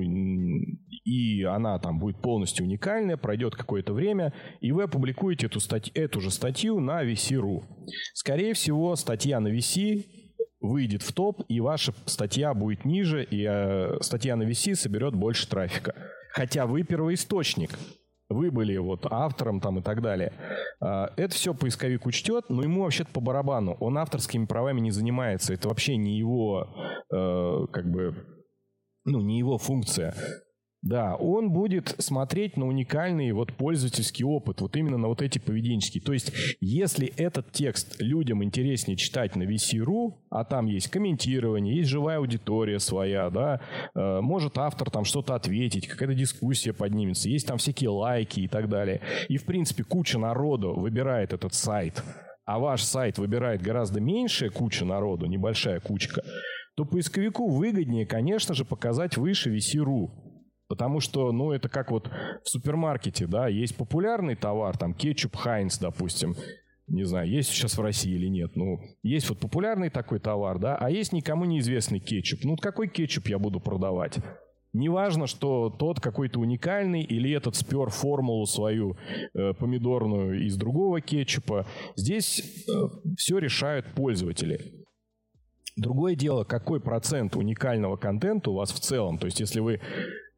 B: и она там будет полностью уникальная, пройдет какое-то время, и вы опубликуете эту, стать, эту же статью на ви си точка ру. Скорее всего, статья на ви си выйдет в топ, и ваша статья будет ниже, и э, статья на ви си соберет больше трафика. Хотя вы первоисточник. Вы были вот автором там и так далее. Это все поисковик учтет, но ему вообще-то по барабану. Он авторскими правами не занимается. Это вообще не его, э, как бы... Ну, не его функция. Да, он будет смотреть на уникальный вот пользовательский опыт, вот именно на вот эти поведенческие. То есть, если этот текст людям интереснее читать на ви си точка ру, а там есть комментирование, есть живая аудитория своя, да, э, может автор там что-то ответить, какая-то дискуссия поднимется, есть там всякие лайки и так далее. И, в принципе, куча народу выбирает этот сайт, а ваш сайт выбирает гораздо меньшая куча народу, небольшая кучка, то поисковику выгоднее, конечно же, показать выше ви си точка ру. Потому что, ну, это как вот в супермаркете, да, есть популярный товар, там, кетчуп Хайнц, допустим, не знаю, есть сейчас в России или нет, ну, есть вот популярный такой товар, да, а есть никому неизвестный кетчуп. Ну, какой кетчуп я буду продавать? Неважно, что тот какой-то уникальный, или этот спер формулу свою э, помидорную из другого кетчупа. Здесь э, все решают пользователи. Другое дело, какой процент уникального контента у вас в целом. То есть, если вы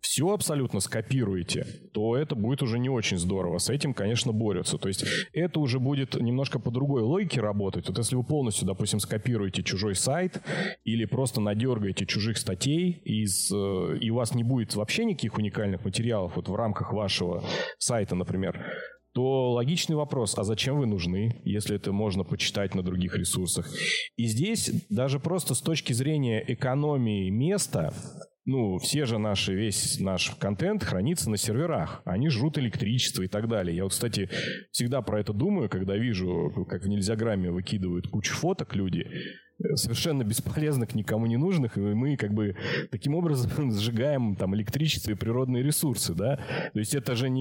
B: все абсолютно скопируете, то это будет уже не очень здорово. С этим, конечно, борются. То есть это уже будет немножко по другой логике работать. Вот если вы полностью, допустим, скопируете чужой сайт или просто надергаете чужих статей, из, и у вас не будет вообще никаких уникальных материалов вот в рамках вашего сайта, например, то логичный вопрос, а зачем вы нужны, если это можно почитать на других ресурсах? И здесь даже просто с точки зрения экономии места, ну, все же наши, весь наш контент хранится на серверах. Они жрут электричество и так далее. Я вот, кстати, всегда про это думаю, когда вижу, как в Нельзяграмме выкидывают кучу фоток люди, совершенно бесполезных, никому не нужных, и мы как бы таким образом сжигаем там электричество и природные ресурсы, да? То есть это же не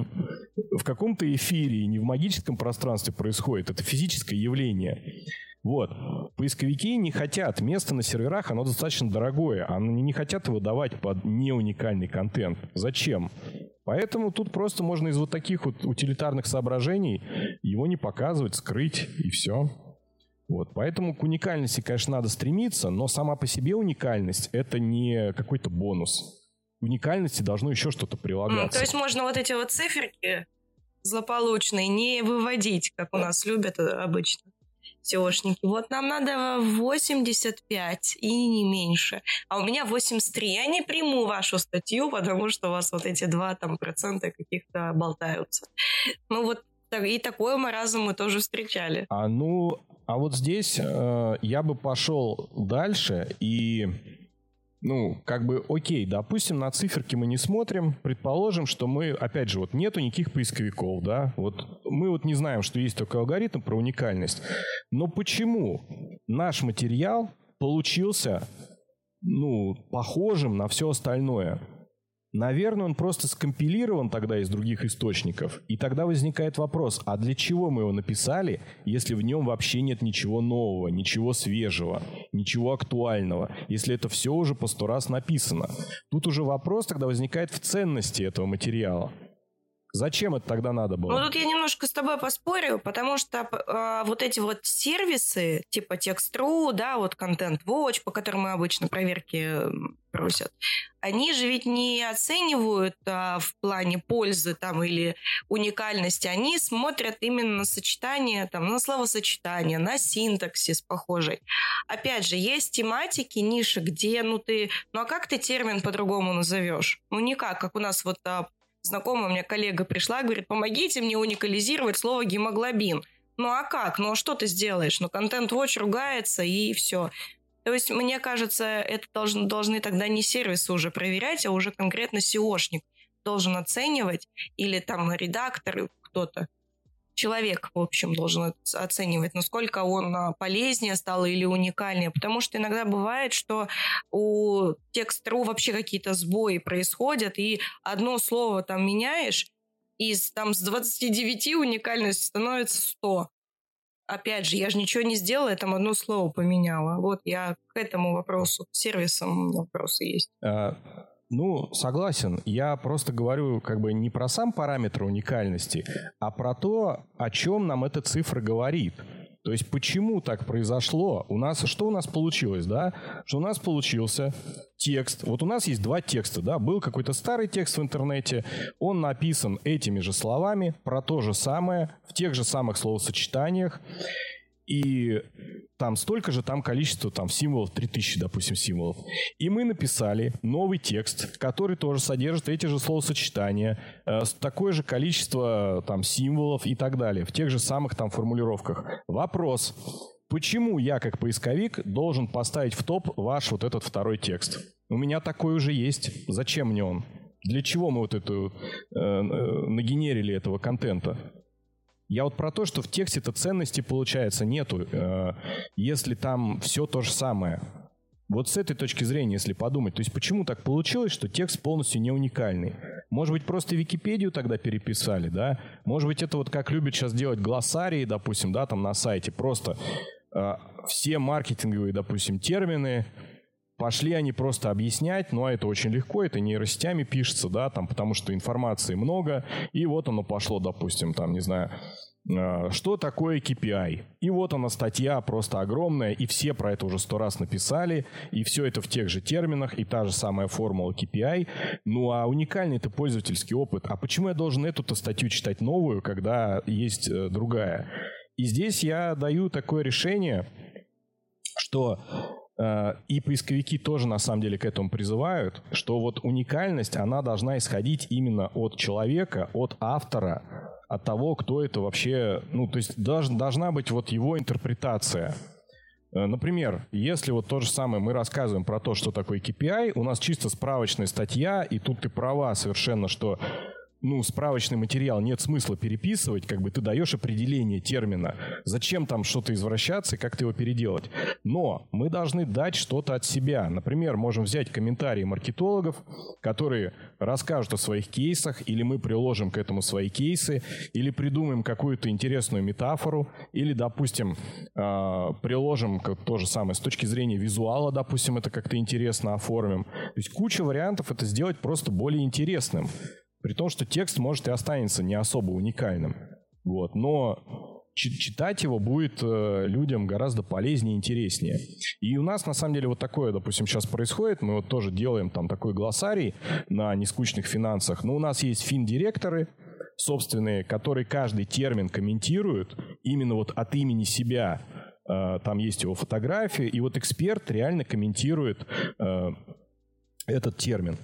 B: в каком-то эфире, не в магическом пространстве происходит, это физическое явление. Вот. Поисковики не хотят. Место на серверах, оно достаточно дорогое. Они не хотят его давать под неуникальный контент. Зачем? Поэтому тут просто можно из вот таких вот утилитарных соображений его не показывать, скрыть, и все. Вот. Поэтому к уникальности, конечно, надо стремиться, но сама по себе уникальность – это не какой-то бонус. К уникальности должно еще что-то прилагаться.
A: Mm, то есть можно вот эти вот циферки злополучные не выводить, как у нас любят обычно сеошники. Вот нам надо восемьдесят пять и не меньше. А у меня восемьдесят три. Я не приму вашу статью, потому что у вас вот эти два там процента каких-то болтаются. Ну вот и такое маразм мы тоже встречали.
B: А ну, а вот здесь э, я бы пошел дальше и... Ну, как бы, окей, допустим, на циферки мы не смотрим. Предположим, что мы, опять же, вот нету никаких поисковиков, да. Вот мы вот не знаем, что есть такой алгоритм про уникальность. Но почему наш материал получился, ну, похожим на все остальное? Наверное, он просто скомпилирован тогда из других источников. И тогда возникает вопрос, а для чего мы его написали, если в нем вообще нет ничего нового, ничего свежего, ничего актуального, если это все уже по сто раз написано? Тут уже вопрос тогда возникает в ценности этого материала. Зачем это тогда надо было?
A: Ну, тут я немножко с тобой поспорю, потому что э, вот эти вот сервисы, типа Text.ru, да, вот Content Watch, по которым мы обычно проверки просят, они же ведь не оценивают а, в плане пользы там или уникальности, они смотрят именно на сочетание, там, на словосочетание, на синтаксис похожий. Опять же, есть тематики, ниши, где, ну ты, ну а как ты термин по-другому назовешь? Ну никак, как у нас вот а, знакомая у меня коллега пришла, говорит, помогите мне уникализировать слово гемоглобин. Ну а как? Ну а что ты сделаешь? Ну Content Watch ругается и все. То есть, мне кажется, это должны, должны тогда не сервисы уже проверять, а уже конкретно сеошник должен оценивать, или там редактор, кто-то, человек, в общем, должен оценивать, насколько он полезнее стал или уникальнее. Потому что иногда бывает, что у Text.ru вообще какие-то сбои происходят, и одно слово там меняешь, и там с двадцати девяти уникальность становится сто. Опять же, я же ничего не сделала, я там одно слово поменяла. Вот я к этому вопросу, к сервисам вопросы есть.
B: А, ну, согласен. Я просто говорю как бы не про сам параметр уникальности, а про то, о чем нам эта цифра говорит. То есть почему так произошло? У нас что у нас получилось, да? Что у нас получился текст. Вот у нас есть два текста, да? Был какой-то старый текст в интернете, он написан этими же словами, про то же самое, в тех же самых словосочетаниях. И там столько же там количество там символов, три тысячи, допустим, символов. И мы написали новый текст, который тоже содержит эти же словосочетания, э, такое же количество там символов и так далее, в тех же самых там формулировках. Вопрос: почему я, как поисковик, должен поставить в топ ваш вот этот второй текст? У меня такой уже есть. Зачем мне он? Для чего мы вот эту э, э, нагенерили этого контента? Я вот про то, что в тексте-то ценности, получается, нету, э, если там все то же самое. Вот с этой точки зрения, если подумать, то есть почему так получилось, что текст полностью не уникальный? Может быть, просто Википедию тогда переписали, да? Может быть, это вот как любят сейчас делать глоссарии, допустим, да, там на сайте, просто э, все маркетинговые, допустим, термины пошли они просто объяснять, ну, а это очень легко, это нейросетями пишется, да, там, потому что информации много, и вот оно пошло, допустим, там, не знаю, э, что такое кей пи ай. И вот она статья просто огромная, и все про это уже сто раз написали, и все это в тех же терминах, и та же самая формула кей пи ай. Ну, а уникальный это пользовательский опыт. А почему я должен эту-то статью читать новую, когда есть э, другая? И здесь я даю такое решение, что э, и поисковики тоже на самом деле к этому призывают, что вот уникальность, она должна исходить именно от человека, от автора, от того, кто это вообще, ну, то есть долж, должна быть вот его интерпретация. Э, например, если вот то же самое мы рассказываем про то, что такое кей пи ай, у нас чисто справочная статья, и тут ты права совершенно, что ну, справочный материал нет смысла переписывать, как бы ты даешь определение термина. Зачем там что-то извращаться и как-то его переделать? Но мы должны дать что-то от себя. Например, можем взять комментарии маркетологов, которые расскажут о своих кейсах, или мы приложим к этому свои кейсы, или придумаем какую-то интересную метафору, или, допустим, приложим то же самое с точки зрения визуала, допустим, это как-то интересно оформим. То есть куча вариантов это сделать просто более интересным. При том, что текст, может, и останется не особо уникальным. Вот. Но читать его будет э, людям гораздо полезнее и интереснее. И у нас, на самом деле, вот такое, допустим, сейчас происходит. Мы вот тоже делаем там такой глоссарий на нескучных финансах. Но у нас есть финдиректоры собственные, которые каждый термин комментируют именно вот от имени себя. Э, там есть его фотография. И вот эксперт реально комментирует э, этот термин.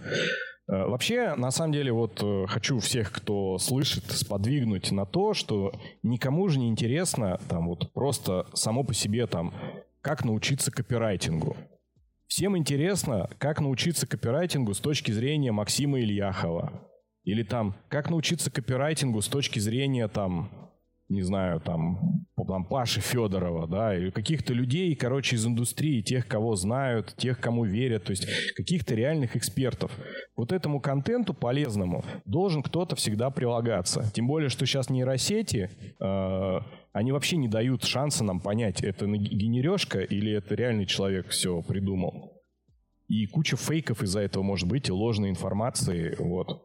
B: Вообще, на самом деле, вот хочу всех, кто слышит, сподвигнуть на то, что никому же не интересно там вот просто само по себе там, как научиться копирайтингу. Всем интересно, как научиться копирайтингу с точки зрения Максима Ильяхова. Или там, как научиться копирайтингу с точки зрения там, не знаю, там, там Паши Федорова, да, или каких-то людей, короче, из индустрии, тех, кого знают, тех, кому верят, то есть каких-то реальных экспертов. Вот этому контенту полезному должен кто-то всегда прилагаться. Тем более, что сейчас нейросети, э, они вообще не дают шанса нам понять, это генерёшка или это реальный человек все придумал. И куча фейков из-за этого может быть, и ложной информации, вот.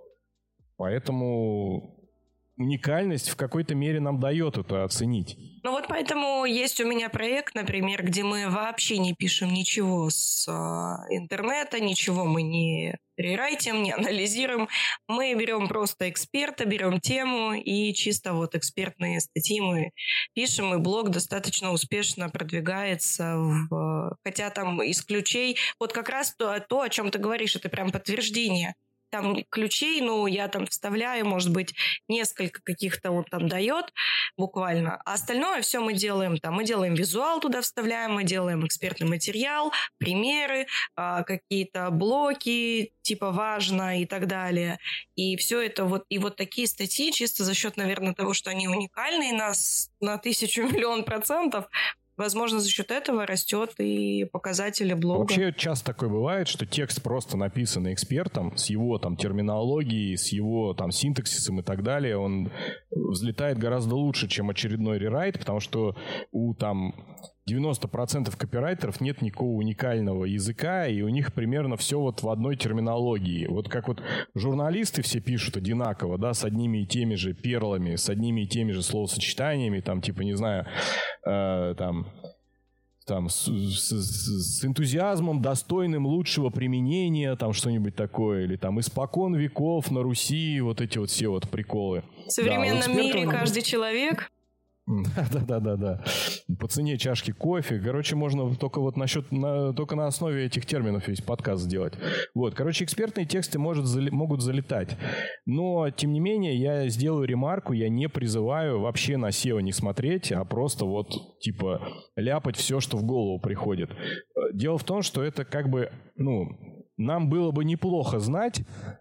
B: Поэтому уникальность в какой-то мере нам дает это оценить.
A: Ну вот поэтому есть у меня проект, например, где мы вообще не пишем ничего с э, интернета, ничего мы не рерайтим, не анализируем. Мы берем просто эксперта, берем тему и чисто вот экспертные статьи мы пишем, и блог достаточно успешно продвигается. В... Хотя там из ключей, вот как раз то, то, о чем ты говоришь, это прям подтверждение. Там ключей, ну, я там вставляю, может быть, несколько каких-то он там дает буквально. А остальное все мы делаем там. Мы делаем визуал туда вставляем, мы делаем экспертный материал, примеры, какие-то блоки, типа важно и так далее. И все это вот, и вот такие статьи чисто за счет, наверное, того, что они уникальные, нас на тысячу миллион процентов. Возможно, за счет этого растет и показатели блога.
B: Вообще часто такое бывает, что текст просто написан экспертом с его там терминологией, с его там синтаксисом и так далее, он взлетает гораздо лучше, чем очередной рерайт, потому что у там девяносто процентов копирайтеров нет никакого уникального языка, и у них примерно все вот в одной терминологии. Вот как вот журналисты все пишут одинаково, да, с одними и теми же перлами, с одними и теми же словосочетаниями, там, типа, не знаю, э, там, там с, с, с энтузиазмом, достойным лучшего применения, там, что-нибудь такое, или там испокон веков на Руси, вот эти вот все вот приколы.
A: В современном да, мире каждый человек...
B: Да-да-да-да. По цене чашки кофе. Короче, можно только вот насчет, на, только на основе этих терминов весь подкаст сделать. Вот, короче, экспертные тексты может, могут залетать. Но, тем не менее, я сделаю ремарку, я не призываю вообще на сео не смотреть, а просто вот, типа, ляпать все, что в голову приходит. Дело в том, что это как бы, ну, нам было бы неплохо знать,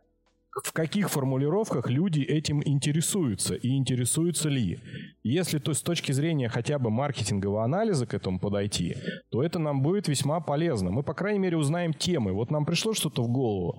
B: в каких формулировках люди этим интересуются и интересуются ли. Если то с точки зрения хотя бы маркетингового анализа к этому подойти, то это нам будет весьма полезно. Мы, по крайней мере, узнаем темы. Вот нам пришло что-то в голову.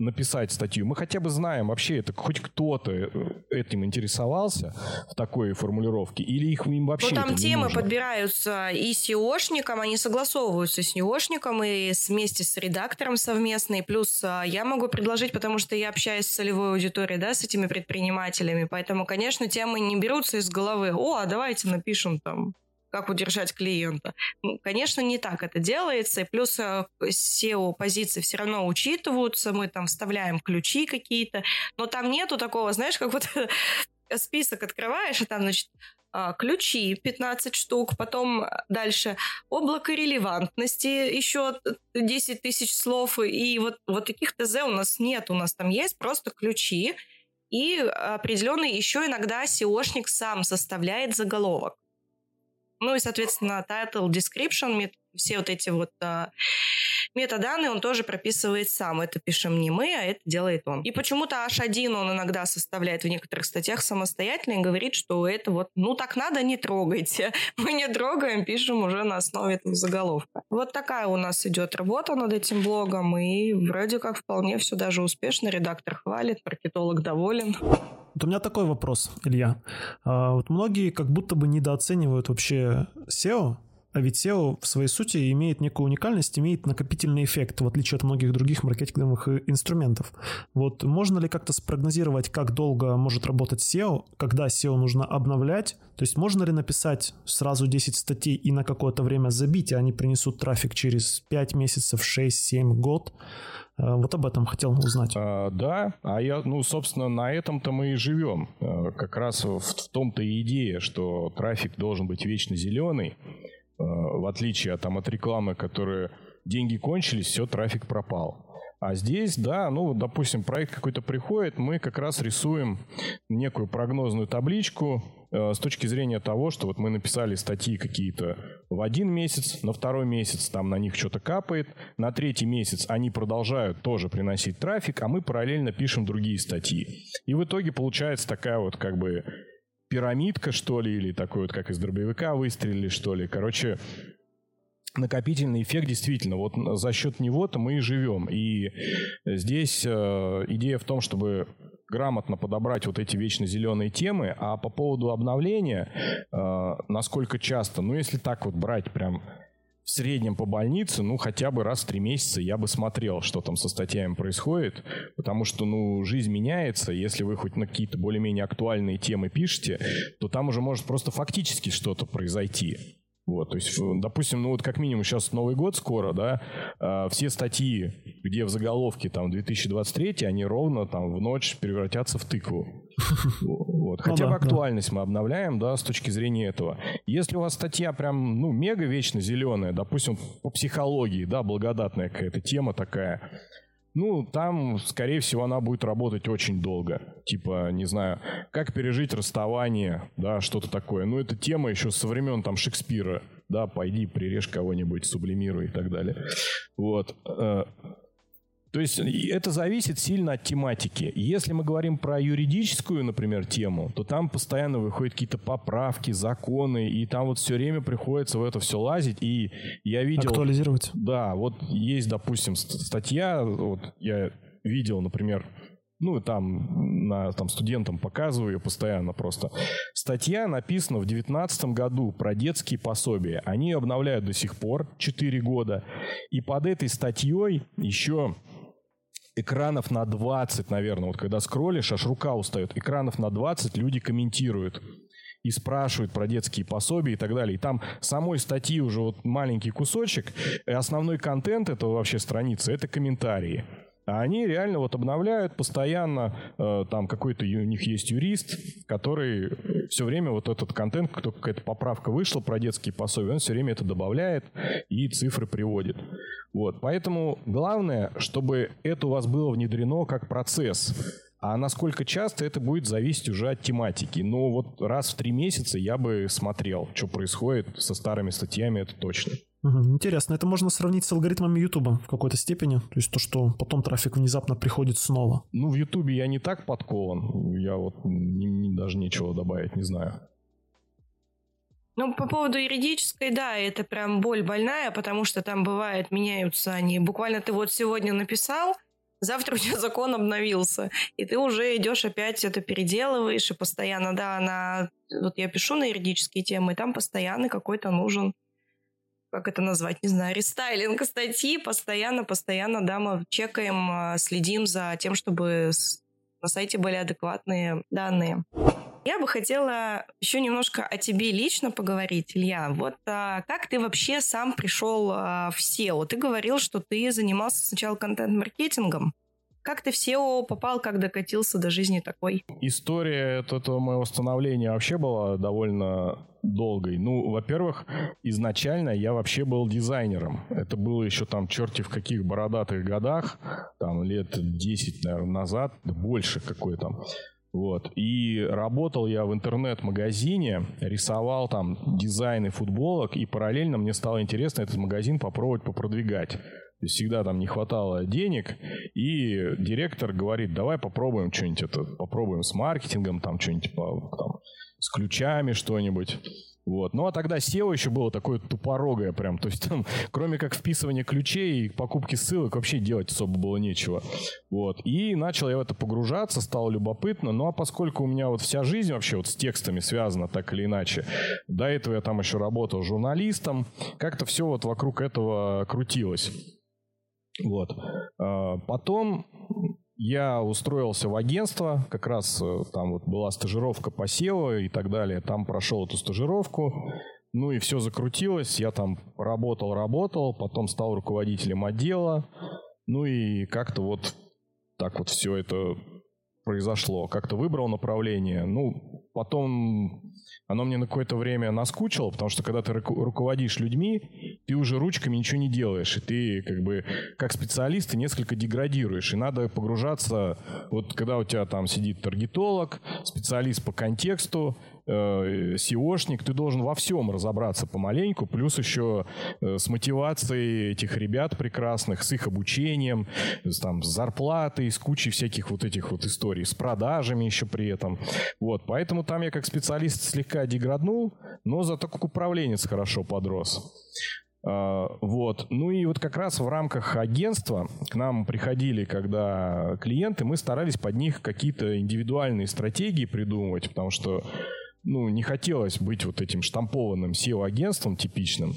B: написать статью, мы хотя бы знаем, вообще это хоть кто-то этим интересовался в такой формулировке, или их им вообще
A: ну, там
B: это не
A: темы
B: нужно?
A: Подбираются и сеошником, они согласовываются с сеошником и вместе с редактором совместно, плюс я могу предложить, потому что я общаюсь с целевой аудиторией, да, с этими предпринимателями, поэтому, конечно, темы не берутся из головы. О, а давайте напишем там, как удержать клиента. Ну, конечно, не так это делается. И плюс сео-позиции все равно учитываются. Мы там вставляем ключи какие-то. Но там нету такого, знаешь, как вот список открываешь, и там, значит, ключи пятнадцать штук, потом дальше облако релевантности, еще десять тысяч слов. И вот, вот таких ТЗ у нас нет. У нас там есть просто ключи. И определенный еще иногда сеошник сам составляет заголовок. Ну и, соответственно, title, description, все вот эти вот а, метаданные он тоже прописывает сам. Это пишем не мы, а это делает он. И почему-то эйч один он иногда составляет в некоторых статьях самостоятельно и говорит, что это вот, ну так надо, не трогайте. Мы не трогаем, пишем уже на основе этого заголовка. Вот такая у нас идет работа над этим блогом, и вроде как вполне все даже успешно. Редактор хвалит, маркетолог доволен.
D: Вот у меня такой вопрос, Илья. А, вот многие как будто бы недооценивают вообще сео, а ведь сео в своей сути имеет некую уникальность, имеет накопительный эффект, в отличие от многих других маркетинговых инструментов. Вот можно ли как-то спрогнозировать, как долго может работать сео, когда сео нужно обновлять? То есть можно ли написать сразу десять статей и на какое-то время забить, и они принесут трафик через пять месяцев, шесть, семь, год? Вот об этом хотел узнать.
B: А, да, а я, ну, собственно, на этом-то мы и живем. Как раз в, в том-то и идея, что трафик должен быть вечно зеленый, в отличие там, от рекламы, которая деньги кончились, все, трафик пропал. А здесь, да, ну, допустим, проект какой-то приходит, мы как раз рисуем некую прогнозную табличку э, с точки зрения того, что вот мы написали статьи какие-то в один месяц, на второй месяц там на них что-то капает, на третий месяц они продолжают тоже приносить трафик, а мы параллельно пишем другие статьи. И в итоге получается такая вот как бы пирамидка, что ли, или такой вот, как из дробовика выстрелили, что ли. Короче, накопительный эффект действительно, вот за счет него-то мы и живем. И здесь э, идея в том, чтобы грамотно подобрать вот эти вечно зеленые темы, а по поводу обновления, э, насколько часто, ну, если так вот брать прям в среднем по больнице, ну, хотя бы раз в три месяца я бы смотрел, что там со статьями происходит, потому что, ну, жизнь меняется, если вы хоть на какие-то более-менее актуальные темы пишете, то там уже может просто фактически что-то произойти. Вот, то есть, допустим, ну вот как минимум сейчас Новый год скоро, да, э, все статьи, где в заголовке там две тысячи двадцать третий, они ровно там в ночь превратятся в тыкву. Вот. Хотя бы актуальность мы обновляем, да, с точки зрения этого. Если у вас статья прям, ну, мега вечно зеленая, допустим, по психологии, да, благодатная какая-то тема такая, ну, там, скорее всего, она будет работать очень долго. Типа, не знаю, как пережить расставание, да, что-то такое. Ну, эта тема еще со времен там Шекспира, да, пойди прирежь кого-нибудь, сублимируй и так далее. Вот. То есть это зависит сильно от тематики. Если мы говорим про юридическую, например, тему, то там постоянно выходят какие-то поправки, законы, и там вот все время приходится в это все лазить. И я видел...
D: Актуализировать.
B: Да, вот есть, допустим, статья, вот я видел, например, ну, там, на, там студентам показываю ее постоянно просто. Статья написана в девятнадцатом году про детские пособия. Они обновляют до сих пор, четыре года. И под этой статьей еще... экранов на двадцать, наверное, вот когда скроллишь, аж рука устает, экранов на двадцать люди комментируют и спрашивают про детские пособия и так далее. И там самой статьи уже вот маленький кусочек, и основной контент этого вообще страницы — это комментарии. А они реально вот обновляют постоянно, э, там какой-то у них есть юрист, который все время вот этот контент, как только какая-то поправка вышла про детские пособия, он все время это добавляет и цифры приводит. Вот, поэтому главное, чтобы это у вас было внедрено как процесс. А насколько часто, это будет зависеть уже от тематики. Но вот раз в три месяца я бы смотрел, что происходит со старыми статьями, это точно.
D: Интересно, это можно сравнить с алгоритмами Ютуба в какой-то степени? То есть то, что потом трафик внезапно приходит снова?
B: Ну, в Ютубе я не так подкован. Я вот не, не, даже нечего добавить, не знаю.
A: Ну, по поводу юридической, да, это прям боль больная, потому что там бывает, меняются они. Буквально ты вот сегодня написал, завтра у тебя закон обновился, и ты уже идешь опять это переделываешь, и постоянно, да, на... вот я пишу на юридические темы, и там постоянно какой-то нужен, как это назвать, не знаю, рестайлинг статьи, постоянно-постоянно, да, мы чекаем, следим за тем, чтобы на сайте были адекватные данные. Я бы хотела еще немножко о тебе лично поговорить, Илья. Вот а, как ты вообще сам пришел а, в сео? Ты говорил, что ты занимался сначала контент-маркетингом. Как ты в сео попал, как докатился до жизни такой?
B: История этого моего становления вообще была довольно долгой. Ну, во-первых, изначально я вообще был дизайнером. Это было еще там черти в каких бородатых годах, там лет десять, наверное, назад, больше какой там. Вот. И работал я в интернет-магазине, рисовал там дизайны футболок, и параллельно мне стало интересно этот магазин попробовать попродвигать. То есть всегда там не хватало денег, и директор говорит, давай попробуем что-нибудь, это, попробуем с маркетингом, там что-нибудь там, с ключами что-нибудь. Вот. Ну, а тогда сео еще было такое тупорогое прям. То есть там, кроме как вписывания ключей и покупки ссылок, вообще делать особо было нечего. Вот. И начал я в это погружаться, стало любопытно. Ну, а поскольку у меня вот вся жизнь вообще вот с текстами связана так или иначе, до этого я там еще работал журналистом, как-то все вот вокруг этого крутилось. Вот. Потом я устроился в агентство, как раз там вот была стажировка по сео и так далее. Там прошел эту стажировку, ну и все закрутилось. Я там работал-работал, потом стал руководителем отдела. Ну и как-то вот так вот все это произошло. Как-то выбрал направление. Ну, потом оно мне на какое-то время наскучило, потому что когда ты ру- руководишь людьми, ты уже ручками ничего не делаешь. И ты как бы как специалист ты несколько деградируешь. И надо погружаться... Вот когда у тебя там сидит таргетолог, специалист по контексту, э, сеошник, ты должен во всем разобраться помаленьку. Плюс еще э, с мотивацией этих ребят прекрасных, с их обучением, с, там, с зарплатой, с кучей всяких вот этих вот историй, с продажами еще при этом. Вот, поэтому там я как специалист слегка деграднул, но зато как управленец хорошо подрос. Uh, вот. Ну и вот как раз в рамках агентства к нам приходили, когда клиенты, мы старались под них какие-то индивидуальные стратегии придумывать, потому что ну, не хотелось быть вот этим штампованным сео-агентством типичным.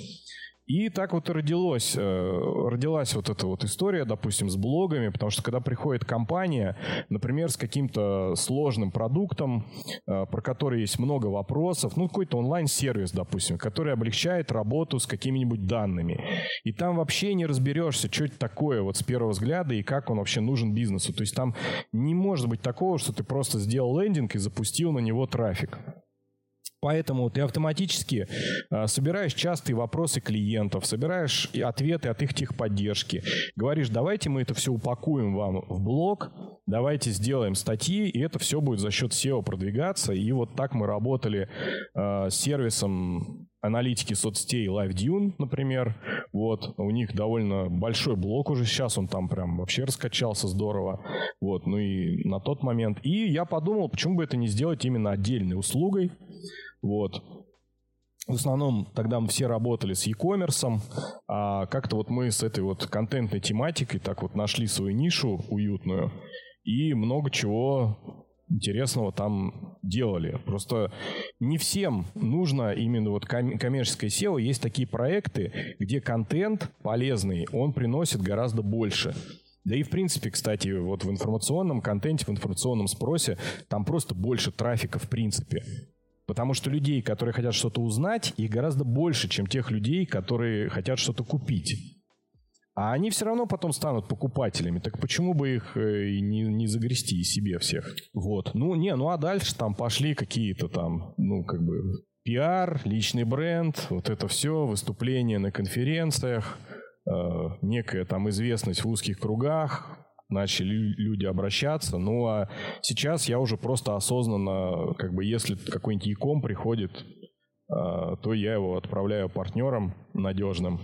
B: И так вот и родилось, родилась вот эта вот история, допустим, с блогами, потому что когда приходит компания, например, с каким-то сложным продуктом, про который есть много вопросов, ну, какой-то онлайн-сервис, допустим, который облегчает работу с какими-нибудь данными. И там вообще не разберешься, что это такое вот с первого взгляда и как он вообще нужен бизнесу. То есть там не может быть такого, что ты просто сделал лендинг и запустил на него трафик. Поэтому ты автоматически э, собираешь частые вопросы клиентов, собираешь ответы от их техподдержки, говоришь, давайте мы это все упакуем вам в блог, давайте сделаем статьи, и это все будет за счет сео продвигаться. И вот так мы работали э, с сервисом аналитики соцсетей LiveDune, например. Вот, у них довольно большой блог уже сейчас, он там прям вообще раскачался здорово. Вот, ну и на тот момент. И я подумал, почему бы это не сделать именно отдельной услугой. Вот. В основном тогда мы все работали с e-commerce, а как-то вот мы с этой вот контентной тематикой так вот нашли свою нишу уютную и много чего интересного там делали. Просто не всем нужно именно вот ком- коммерческое сео. Есть такие проекты, где контент полезный, он приносит гораздо больше. Да и в принципе, кстати, вот в информационном контенте, в информационном спросе там просто больше трафика в принципе. Потому что людей, которые хотят что-то узнать, их гораздо больше, чем тех людей, которые хотят что-то купить. А они все равно потом станут покупателями. Так почему бы их и не, не загрести себе всех? Вот. Ну, не, ну а дальше там пошли какие-то там, ну, как бы, пиар, личный бренд, вот это все, выступления на конференциях, э, некая там известность в узких кругах. Начали люди обращаться. Ну, а сейчас я уже просто осознанно, как бы, если какой-нибудь e-com приходит, то я его отправляю партнерам надежным,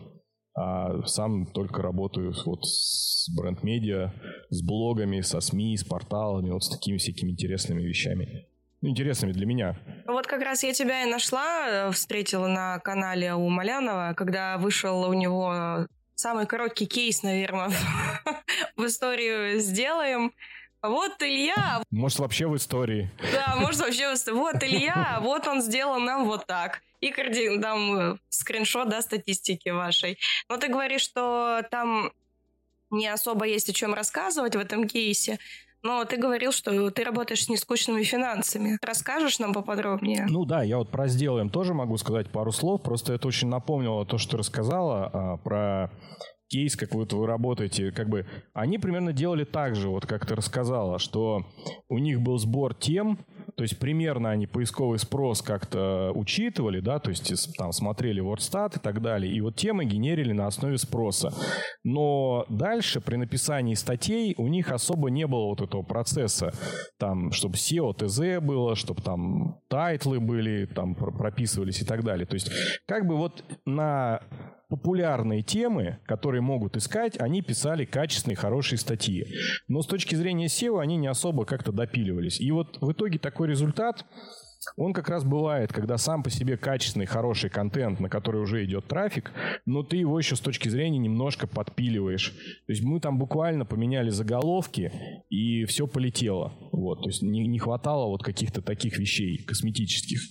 B: а сам только работаю вот с бренд-медиа, с блогами, со СМИ, с порталами, вот с такими всякими интересными вещами. Ну, интересными для меня.
A: Вот как раз я тебя и нашла, встретила на канале у Малянова, когда вышел у него... Самый короткий кейс, наверное, в в историю сделаем. Вот Илья.
B: Может, вообще в истории.
A: Да, может, вообще в истории. Вот Илья, вот он сделал нам вот так. И кардин, там скриншот, да, статистики вашей. Но ты говоришь, что там не особо есть о чем рассказывать в этом кейсе. Но ты говорил, что ты работаешь с нескучными финансами. Расскажешь нам поподробнее?
B: Ну да, я вот про «Сделаем» тоже могу сказать пару слов. Просто это очень напомнило то, что ты рассказала а, про кейс, как вот вы работаете. Как бы они примерно делали так же, вот как ты рассказала, что у них был сбор тем, то есть примерно они поисковый спрос как-то учитывали, да, то есть там смотрели WordStat и так далее, и вот темы генерили на основе спроса. Но дальше при написании статей у них особо не было вот этого процесса, там, чтобы сео, ТЗ было, чтобы там тайтлы были, там прописывались и так далее. То есть как бы вот на популярные темы, которые могут искать, они писали качественные, хорошие статьи. Но с точки зрения сео они не особо как-то допиливались. И вот в итоге такой результат, он как раз бывает, когда сам по себе качественный, хороший контент, на который уже идет трафик, но ты его еще с точки зрения немножко подпиливаешь. То есть мы там буквально поменяли заголовки, и все полетело. Вот. То есть не, не хватало вот каких-то таких вещей косметических.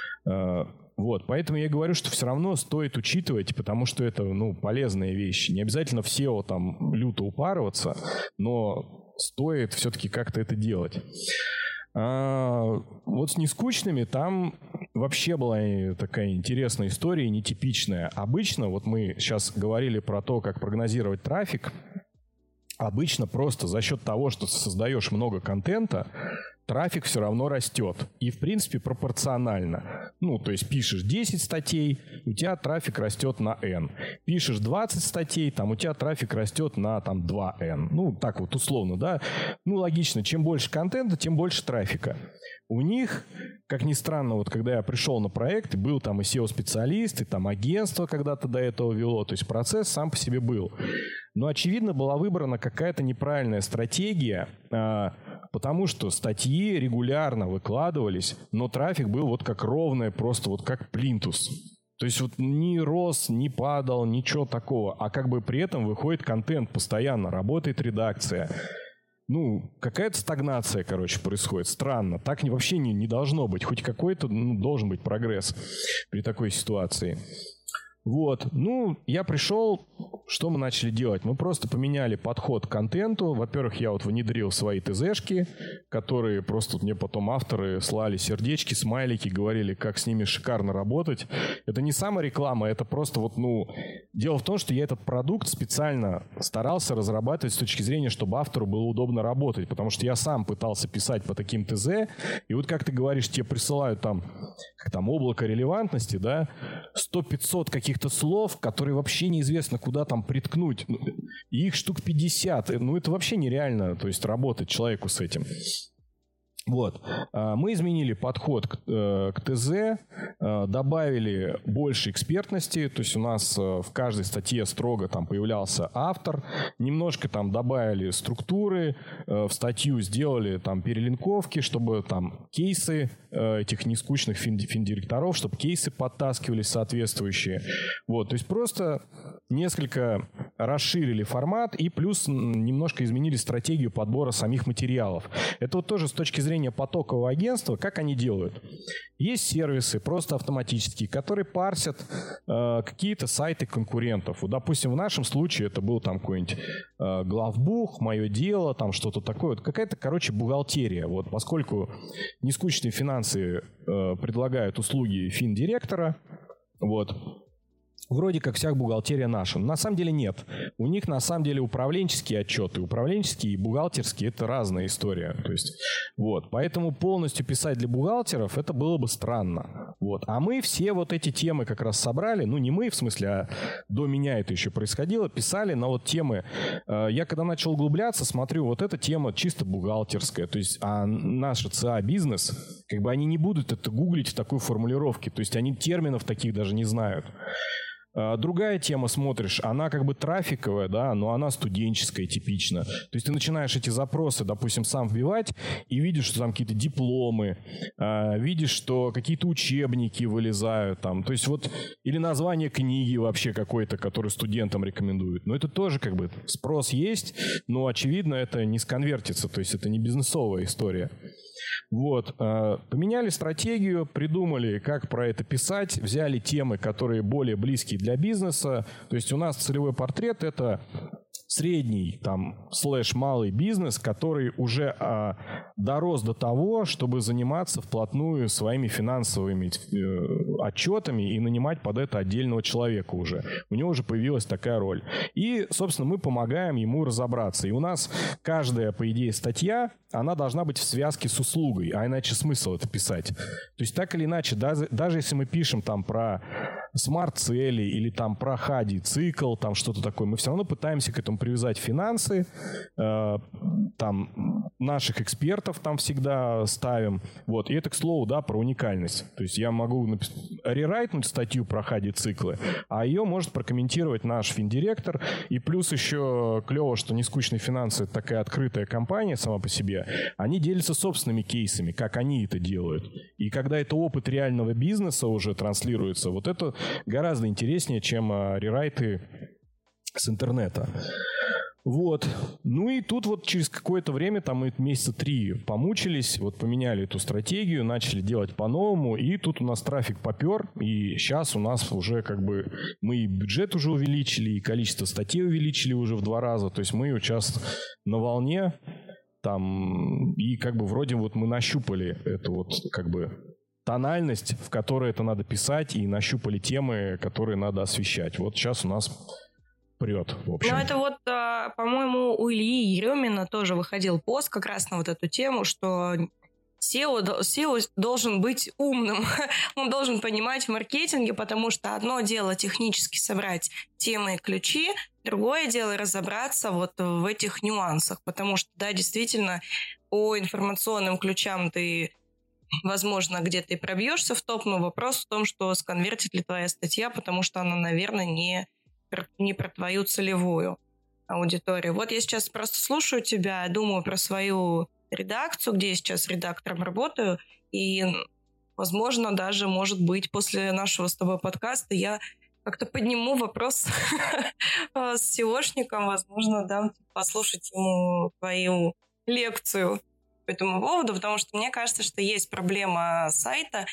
B: Вот, поэтому я говорю, что все равно стоит учитывать, потому что это, ну, полезная вещь. Не обязательно в сео там люто упарываться, но стоит все-таки как-то это делать. А, вот с нескучными там вообще была такая интересная история, нетипичная. Обычно, вот мы сейчас говорили про то, как прогнозировать трафик, обычно просто за счет того, что создаешь много контента, трафик все равно растет. И, в принципе, пропорционально. Ну, то есть пишешь десять статей, у тебя трафик растет на N. Пишешь двадцать статей, там у тебя трафик растет на там, два эн. Ну, так вот условно, да. Ну, логично, чем больше контента, тем больше трафика. У них, как ни странно, вот когда я пришел на проект, был там и сео-специалист, и там агентство когда-то до этого вело, то есть процесс сам по себе был. Но, очевидно, была выбрана какая-то неправильная стратегия, потому что статьи регулярно выкладывались, но трафик был вот как ровное, просто вот как плинтус. То есть вот ни рос, ни падал, ничего такого. А как бы при этом выходит контент постоянно, работает редакция. Ну, какая-то стагнация, короче, происходит. Странно. Так вообще не, не должно быть. Хоть какой-то, ну, должен быть прогресс при такой ситуации. Вот. Ну, я пришел, что мы начали делать? Мы просто поменяли подход к контенту. Во-первых, я вот внедрил свои ТЗшки, которые просто мне потом авторы слали сердечки, смайлики, говорили, как с ними шикарно работать. Это не самореклама, это просто вот, ну... Дело в том, что я этот продукт специально старался разрабатывать с точки зрения, чтобы автору было удобно работать, потому что я сам пытался писать по таким ТЗ, и вот как ты говоришь, тебе присылают там, как там облако релевантности, да, сто-пятьсот каких каких-то слов, которые вообще неизвестно, куда там приткнуть. И их штук пятьдесят. Ну, это вообще нереально, то есть работать человеку с этим. Вот. Мы изменили подход к, к ТЗ, добавили больше экспертности, то есть у нас в каждой статье строго там появлялся автор, немножко там добавили структуры, в статью сделали там перелинковки, чтобы там кейсы этих нескучных финдиректоров, чтобы кейсы подтаскивались соответствующие. Вот. То есть просто несколько расширили формат и плюс немножко изменили стратегию подбора самих материалов. Это вот тоже с точки зрения потокового агентства, как они делают. Есть сервисы просто автоматические, которые парсят э, какие-то сайты конкурентов. Вот, допустим, в нашем случае это был там какой-нибудь э, главбух, мое дело, там что-то такое. Вот какая-то, короче, бухгалтерия. Вот, поскольку нескучные финансы э, предлагают услуги финдиректора, вот, вроде как вся бухгалтерия наша. Но на самом деле нет. У них на самом деле управленческие отчеты. Управленческие и бухгалтерские — это разная история. То есть, вот. Поэтому полностью писать для бухгалтеров — это было бы странно. Вот. А мы все вот эти темы как раз собрали. Ну, не мы, в смысле, а до меня это еще происходило. Писали на вот темы. Я когда начал углубляться, смотрю, вот эта тема чисто бухгалтерская. То есть, а наша ЦА-бизнес, как бы они не будут это гуглить в такой формулировке. То есть, они терминов таких даже не знают. Другая тема, смотришь, она как бы трафиковая, да, но она студенческая типично. То есть ты начинаешь эти запросы, допустим, сам вбивать и видишь, что там какие-то дипломы, э, видишь, что какие-то учебники вылезают там. То есть вот, или название книги вообще какой-то, который студентам рекомендуют. Но это тоже как бы спрос есть, но очевидно это не сконвертится, то есть это не бизнесовая история. Вот, поменяли стратегию, придумали, как про это писать, взяли темы, которые более близкие для бизнеса. То есть у нас целевой портрет — это средний, там, слэш малый бизнес, который уже а, дорос до того, чтобы заниматься вплотную своими финансовыми э, отчетами и нанимать под это отдельного человека уже. У него уже появилась такая роль. И, собственно, мы помогаем ему разобраться. И у нас каждая, по идее, статья, она должна быть в связке с услугой, а иначе смысл это писать. То есть так или иначе, даже, даже если мы пишем там про смарт-цели или там про хади, цикл, там что-то такое, мы все равно пытаемся к этому привязать финансы, э, там наших экспертов там всегда ставим. Вот. И это, к слову, да, про уникальность. То есть я могу напис... рерайтнуть статью про хади-циклы, а ее может прокомментировать наш финдиректор. И плюс еще клево, что «Нескучные финансы» — это такая открытая компания сама по себе. Они делятся собственными кейсами, как они это делают. И когда это опыт реального бизнеса уже транслируется, вот это гораздо интереснее, чем а, рерайты с интернета. Вот. Ну и тут вот через какое-то время, там мы месяца три помучились, вот поменяли эту стратегию, начали делать по-новому, и тут у нас трафик попер, и сейчас у нас уже как бы мы и бюджет уже увеличили, и количество статей увеличили уже в два раза, то есть мы сейчас на волне там, и как бы вроде вот мы нащупали эту вот как бы тональность, в которой это надо писать, и нащупали темы, которые надо освещать. Вот сейчас у нас прет, в общем.
A: Ну, это вот, по-моему, у Ильи Еремина тоже выходил пост как раз на вот эту тему, что сео, сео должен быть умным. Он должен понимать в маркетинге, потому что одно дело технически собрать темы и ключи, другое дело разобраться вот в этих нюансах, потому что, да, действительно, по информационным ключам ты, возможно, где-то и пробьешься в топ, но вопрос в том, что сконвертит ли твоя статья, потому что она, наверное, не, не про твою целевую аудиторию. Вот я сейчас просто слушаю тебя, думаю про свою редакцию, где я сейчас редактором работаю, и, возможно, даже, может быть, после нашего с тобой подкаста я как-то подниму вопрос с сеошником, возможно, дам послушать ему твою лекцию по этому поводу, потому что мне кажется, что есть проблема сайта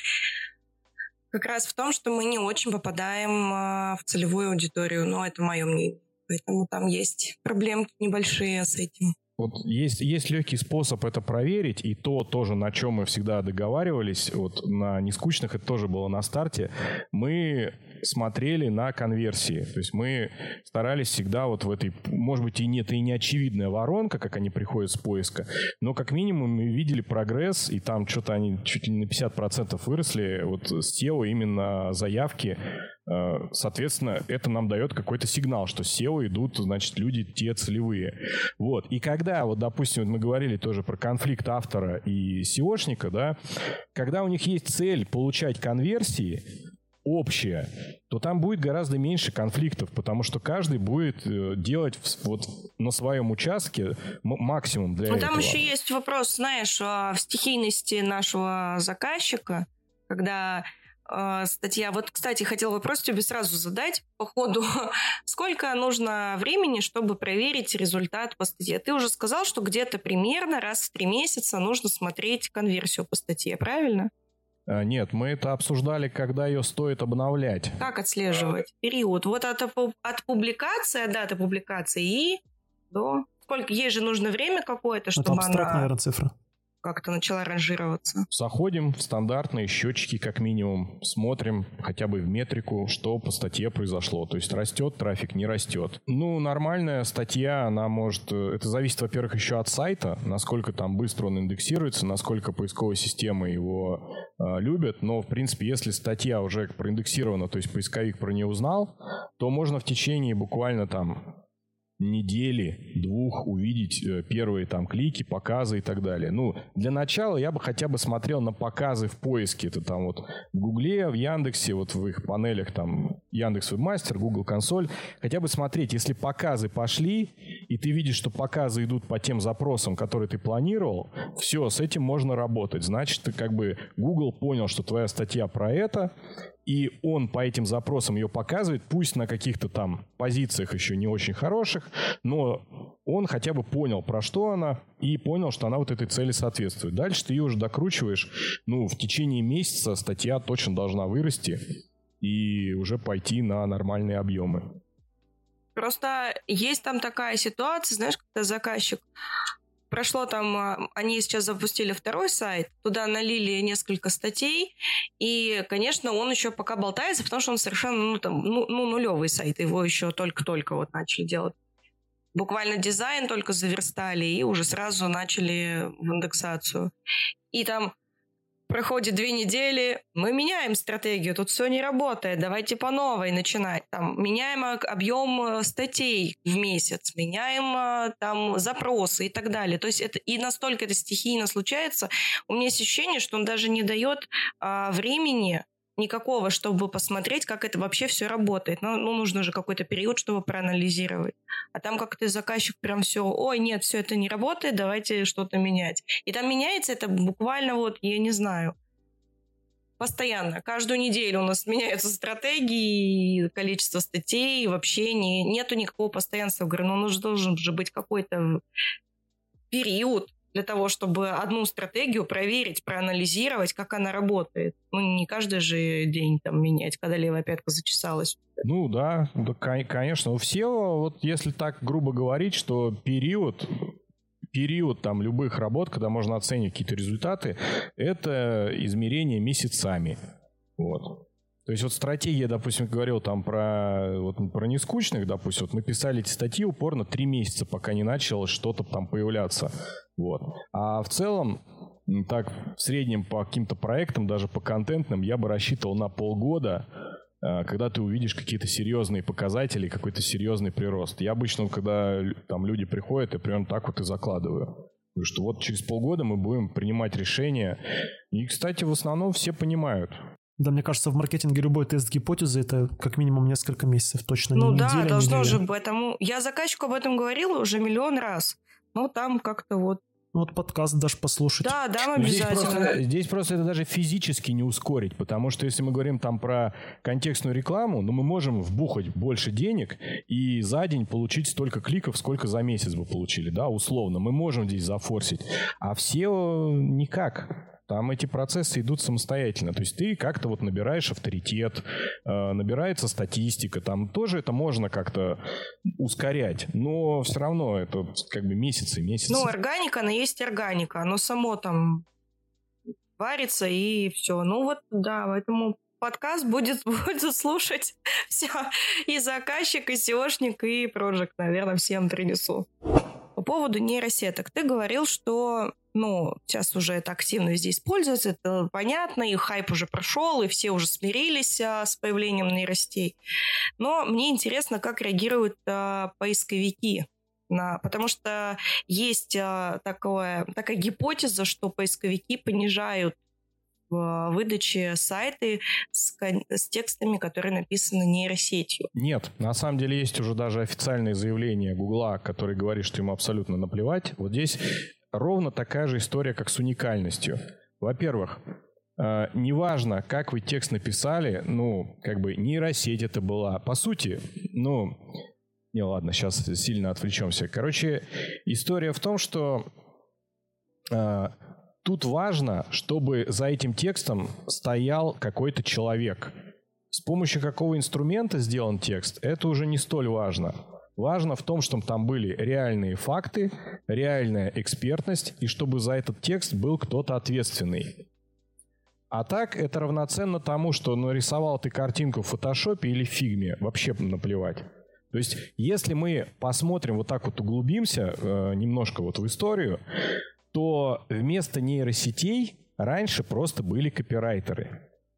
A: как раз в том, что мы не очень попадаем в целевую аудиторию, но это мое мнение. Поэтому там есть проблемки небольшие с этим.
B: Вот есть, есть легкий способ это проверить, и то тоже, на чем мы всегда договаривались, вот на нескучных это тоже было на старте, мы смотрели на конверсии. То есть мы старались всегда вот в этой, может быть, и нет, и не очевидная воронка, как они приходят с поиска, но как минимум мы видели прогресс, и там что-то они чуть ли не на пятьдесят процентов выросли вот с сео именно заявки. Соответственно, это нам дает какой-то сигнал, что с сео идут, значит, люди те целевые. Вот. И когда, вот, допустим, вот мы говорили тоже про конфликт автора и сеошника, да, когда у них есть цель получать конверсии общая, то там будет гораздо меньше конфликтов, потому что каждый будет делать вот на своем участке максимум для
A: Но
B: этого.
A: Там еще есть вопрос, знаешь, в стихийности нашего заказчика, когда статья. Вот, кстати, хотела вопрос тебе сразу задать по ходу. Сколько нужно времени, чтобы проверить результат по статье? Ты уже сказал, что где-то примерно раз в три месяца нужно смотреть конверсию по статье, правильно?
B: Нет, мы это обсуждали, когда ее стоит обновлять.
A: Как отслеживать период? Вот от, от публикации, от даты публикации и до... Сколько? Ей же нужно время какое-то, чтобы
D: это абстрактная,
A: она...
D: наверное, цифра.
A: Как-то начала ранжироваться.
B: Заходим в стандартные счетчики, как минимум, смотрим хотя бы в метрику, что по статье произошло. То есть растет трафик, не растет. Ну, нормальная статья, она может... Это зависит, во-первых, еще от сайта, насколько там быстро он индексируется, насколько поисковые системы его э, любят. Но, в принципе, если статья уже проиндексирована, то есть поисковик про нее узнал, то можно в течение буквально там недели, двух увидеть первые там клики, показы и так далее. Ну, для начала я бы хотя бы смотрел на показы в поиске. Это там вот в Гугле, в Яндексе, вот в их панелях там Яндекс Вебмастер, Google Консоль. Хотя бы смотреть, если показы пошли, и ты видишь, что показы идут по тем запросам, которые ты планировал, все, с этим можно работать. Значит, ты как бы Google понял, что твоя статья про это, и он по этим запросам ее показывает, пусть на каких-то там позициях еще не очень хороших, но он хотя бы понял, про что она, и понял, что она вот этой цели соответствует. Дальше ты ее уже докручиваешь. Ну, в течение месяца статья точно должна вырасти и уже пойти на нормальные объемы.
A: Просто есть там такая ситуация, знаешь, когда заказчик... Прошло там, они сейчас запустили второй сайт, туда налили несколько статей, и, конечно, он еще пока болтается, потому что он совершенно, ну, там, ну, ну нулевый сайт, его еще только-только вот начали делать. Буквально дизайн только заверстали, и уже сразу начали в индексацию. И там проходит две недели, мы меняем стратегию, тут все не работает, давайте по новой начинать. Там, меняем объем статей в месяц, меняем там запросы и так далее. То есть это и настолько это стихийно случается, у меня есть ощущение, что он даже не дает а, времени никакого, чтобы посмотреть, как это вообще все работает. Ну, ну, нужно же какой-то период, чтобы проанализировать. А там как-то заказчик прям все, ой, нет, все это не работает, давайте что-то менять. И там меняется это буквально вот, я не знаю, постоянно. Каждую неделю у нас меняются стратегии, количество статей, вообще не, нету никакого постоянства. Говорю, ну, нужно должен же быть какой-то период, для того, чтобы одну стратегию проверить, проанализировать, как она работает. Ну, не каждый же день там менять, когда левая пятка зачесалась.
B: Ну да, да, конечно. У всего, вот если так грубо говорить, что период, период там любых работ, когда можно оценивать какие-то результаты, это измерение месяцами. Вот. То есть вот стратегия, допустим, говорил там про, вот, про нескучных, допустим, вот мы писали эти статьи упорно три месяца, пока не начало что-то там появляться. Вот. А в целом, так, в среднем по каким-то проектам, даже по контентным, я бы рассчитывал на полгода, когда ты увидишь какие-то серьезные показатели, какой-то серьезный прирост. Я обычно, когда там люди приходят, я прям так вот и закладываю. Потому что вот через полгода мы будем принимать решения. И, кстати, в основном все понимают.
D: Да, мне кажется, в маркетинге любой тест гипотезы это как минимум несколько месяцев, точно
A: ну
D: не
A: да,
D: неделя,
A: должно
D: неделя.
A: же поэтому. Я заказчику об этом говорила уже миллион раз. Но там как-то вот.
D: Ну вот подкаст дашь послушать.
A: Да, дам
B: Здесь
A: обязательно.
B: просто, здесь просто это даже физически не ускорить, потому что если мы говорим там про контекстную рекламу, ну мы можем вбухать больше денег и за день получить столько кликов, сколько за месяц бы получили, да, условно. Мы можем здесь зафорсить, а в сео никак. Там эти процессы идут самостоятельно. То есть ты как-то вот набираешь авторитет, э, набирается статистика. Там тоже это можно как-то ускорять. Но все равно это как бы месяцы и месяцы.
A: Ну, органика, она есть органика. Оно само там варится и все. Ну вот, да, поэтому подкаст будет, будет слушать все. И заказчик, и сеошник, и проджект, наверное, всем принесу. По поводу нейросеток. Ты говорил, что ну, сейчас уже это активно везде используется, это понятно, и хайп уже прошел, и все уже смирились а, с появлением нейросетей. Но мне интересно, как реагируют а, поисковики. На, потому что есть а, такое, такая гипотеза, что поисковики понижают в выдаче сайты с, с текстами, которые написаны нейросетью.
B: Нет, на самом деле есть уже даже официальное заявление Гугла, который говорит, что ему абсолютно наплевать. Вот здесь ровно такая же история, как с уникальностью. Во-первых, э, неважно, как вы текст написали, ну, как бы нейросеть это была. По сути, ну, не, ладно, сейчас сильно отвлечемся. Короче, история в том, что э, тут важно, чтобы за этим текстом стоял какой-то человек. С помощью какого инструмента сделан текст, это уже не столь важно. Важно в том, чтобы там были реальные факты, реальная экспертность, и чтобы за этот текст был кто-то ответственный. А так, это равноценно тому, что нарисовал ты картинку в фотошопе или в фигме. Вообще наплевать. То есть, если мы посмотрим, вот так вот углубимся э, немножко вот в историю, то вместо нейросетей раньше просто были копирайтеры.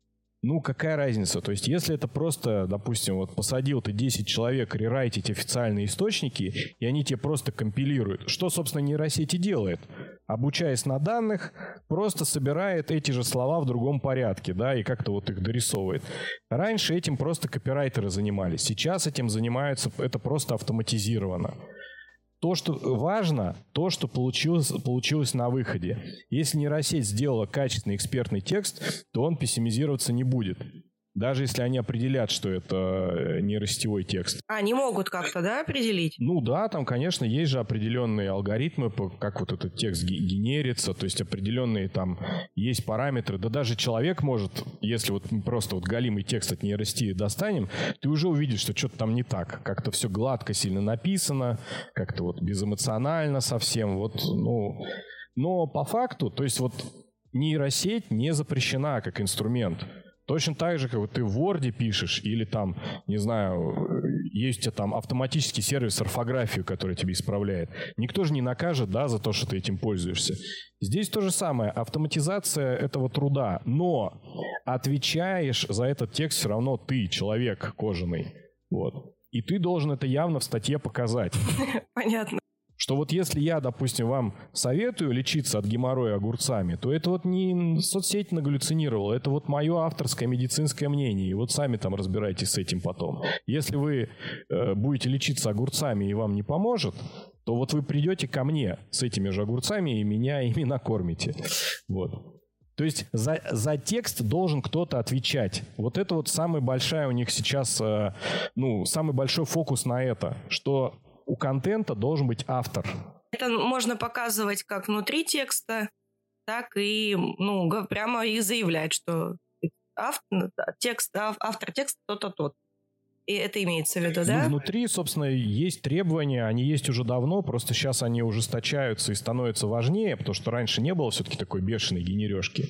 B: Ну, какая разница? То есть, если это просто, допустим, вот посадил ты десять человек рерайтить официальные источники, и они тебе просто компилируют, что, собственно, нейросеть и делает. Обучаясь на данных, просто собирает эти же слова в другом порядке, да, и как-то вот их дорисовывает. Раньше этим просто копирайтеры занимались. Сейчас этим занимаются, это просто автоматизировано. То, что важно, то, что получилось, получилось на выходе. Если нейросеть сделала качественный экспертный текст, то он пессимизироваться не будет. Даже если они определят, что это нейросетевой текст.
A: А, они могут как-то, да, определить?
B: Ну да, там, конечно, есть же определенные алгоритмы, как вот этот текст генерится, то есть определенные там есть параметры. Да даже человек может, если вот мы просто вот галимый текст от нейросети достанем, ты уже увидишь, что что-то там не так. Как-то все гладко, сильно написано, как-то вот безэмоционально совсем. Вот, ну, но по факту, то есть вот нейросеть не запрещена как инструмент. Точно так же, как вот ты в Word пишешь, или там, не знаю, есть у тебя там автоматический сервис орфографию, который тебе исправляет. Никто же не накажет, да, за то, что ты этим пользуешься. Здесь то же самое. Автоматизация этого труда. Но отвечаешь за этот текст все равно ты, человек кожаный. Вот. И ты должен это явно в статье показать.
A: Понятно.
B: Что вот если я, допустим, вам советую лечиться от геморроя огурцами, то это вот не соцсеть нагаллюцинировала, это вот мое авторское медицинское мнение. И вот сами там разбирайтесь с этим потом. Если вы э, будете лечиться огурцами и вам не поможет, то вот вы придете ко мне с этими же огурцами и меня ими накормите. Вот. То есть за, за текст должен кто-то отвечать. Вот это вот самая большая у них сейчас, э, ну, самый большой фокус на это, что у контента должен быть автор.
A: Это можно показывать как внутри текста, так и, ну, прямо и заявлять, что автор, текст, автор текста тот-то тот. И это имеется в виду, да?
B: Ну, внутри, собственно, есть требования, они есть уже давно, просто сейчас они ужесточаются и становятся важнее, потому что раньше не было все-таки такой бешеной генережки.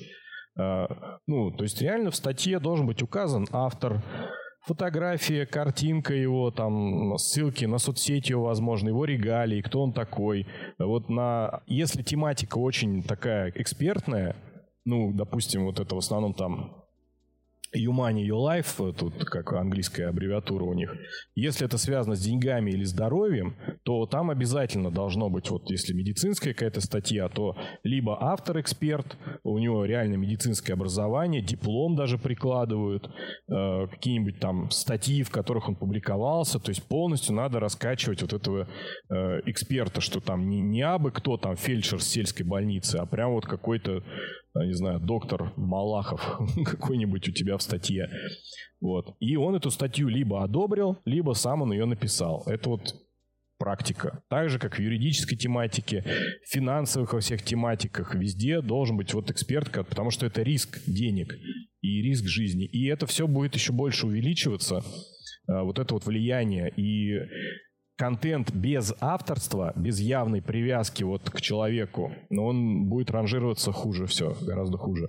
B: Ну, то есть реально в статье должен быть указан автор, фотография, картинка его, там, ссылки на соцсети его, возможно, его регалии, кто он такой. Вот на... Если тематика очень такая экспертная, ну, допустим, вот это в основном там You Money, Your Life, тут как английская аббревиатура у них. Если это связано с деньгами или здоровьем, то там обязательно должно быть, вот если медицинская какая-то статья, то либо автор-эксперт, у него реально медицинское образование, диплом даже прикладывают, э, какие-нибудь там статьи, в которых он публиковался, то есть полностью надо раскачивать вот этого э, эксперта, что там не, не абы кто там фельдшер с сельской больницы, а прям вот какой-то, не знаю, доктор Малахов какой-нибудь у тебя в статье. Вот. И он эту статью либо одобрил, либо сам он ее написал. Это вот практика. Так же, как в юридической тематике, в финансовых во всех тематиках, везде должен быть вот эксперт, потому что это риск денег и риск жизни. И это все будет еще больше увеличиваться, вот это вот влияние. И контент без авторства, без явной привязки вот к человеку, но он будет ранжироваться хуже, все, гораздо хуже.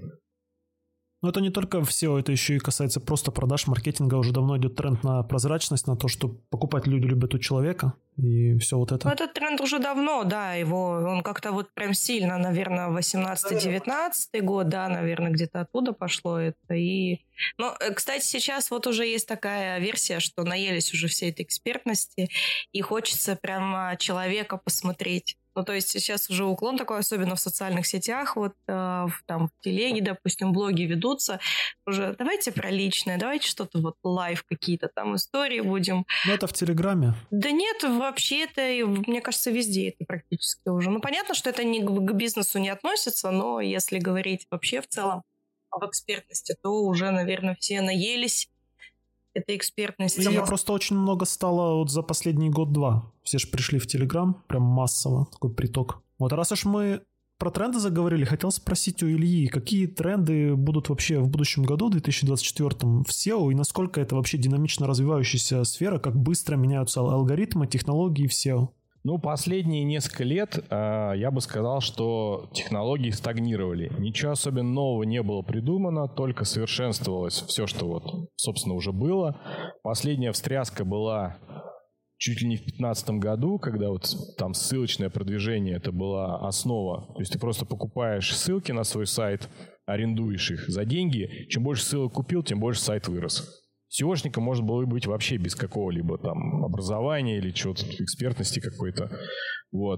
D: Но это не только в сео, это еще и касается просто продаж, маркетинга. Уже давно идет тренд на прозрачность, на то, что покупать люди любят у человека, и все вот это.
A: Ну, этот тренд уже давно, да, его, он как-то вот прям сильно, наверное, восемнадцатый-девятнадцатый год, да, наверное, где-то оттуда пошло это. И... Ну, кстати, сейчас вот уже есть такая версия, что наелись уже всей этой экспертности, и хочется прямо человека посмотреть. Ну, то есть сейчас уже уклон такой, особенно в социальных сетях, вот э, в, там в телеге, допустим, блоги ведутся, уже давайте про личное, давайте что-то вот лайв какие-то там истории будем.
D: Ну, это в Телеграме.
A: Да нет, вообще это, мне кажется, везде это практически уже. Ну, понятно, что это не к бизнесу не относится, но если говорить вообще в целом об экспертности, то уже, наверное, все наелись этой экспертности.
D: Я просто очень много стало вот за последний год-два. Все же пришли в Телеграм, прям массово, такой приток. Вот раз уж мы про тренды заговорили, хотел спросить у Ильи, какие тренды будут вообще в будущем году, в две тысячи двадцать четвёртом, в сео, и насколько это вообще динамично развивающаяся сфера, как быстро меняются алгоритмы, технологии в сео?
B: Ну, последние несколько лет э, я бы сказал, что технологии стагнировали. Ничего особенно нового не было придумано, только совершенствовалось все, что вот, собственно, уже было. Последняя встряска была чуть ли не в две тысячи пятнадцатом году, когда вот там ссылочное продвижение, это была основа. То есть ты просто покупаешь ссылки на свой сайт, арендуешь их за деньги, чем больше ссылок купил, тем больше сайт вырос. сеошником можно было быть вообще без какого-либо там образования или чего-то, экспертности какой-то. Вот.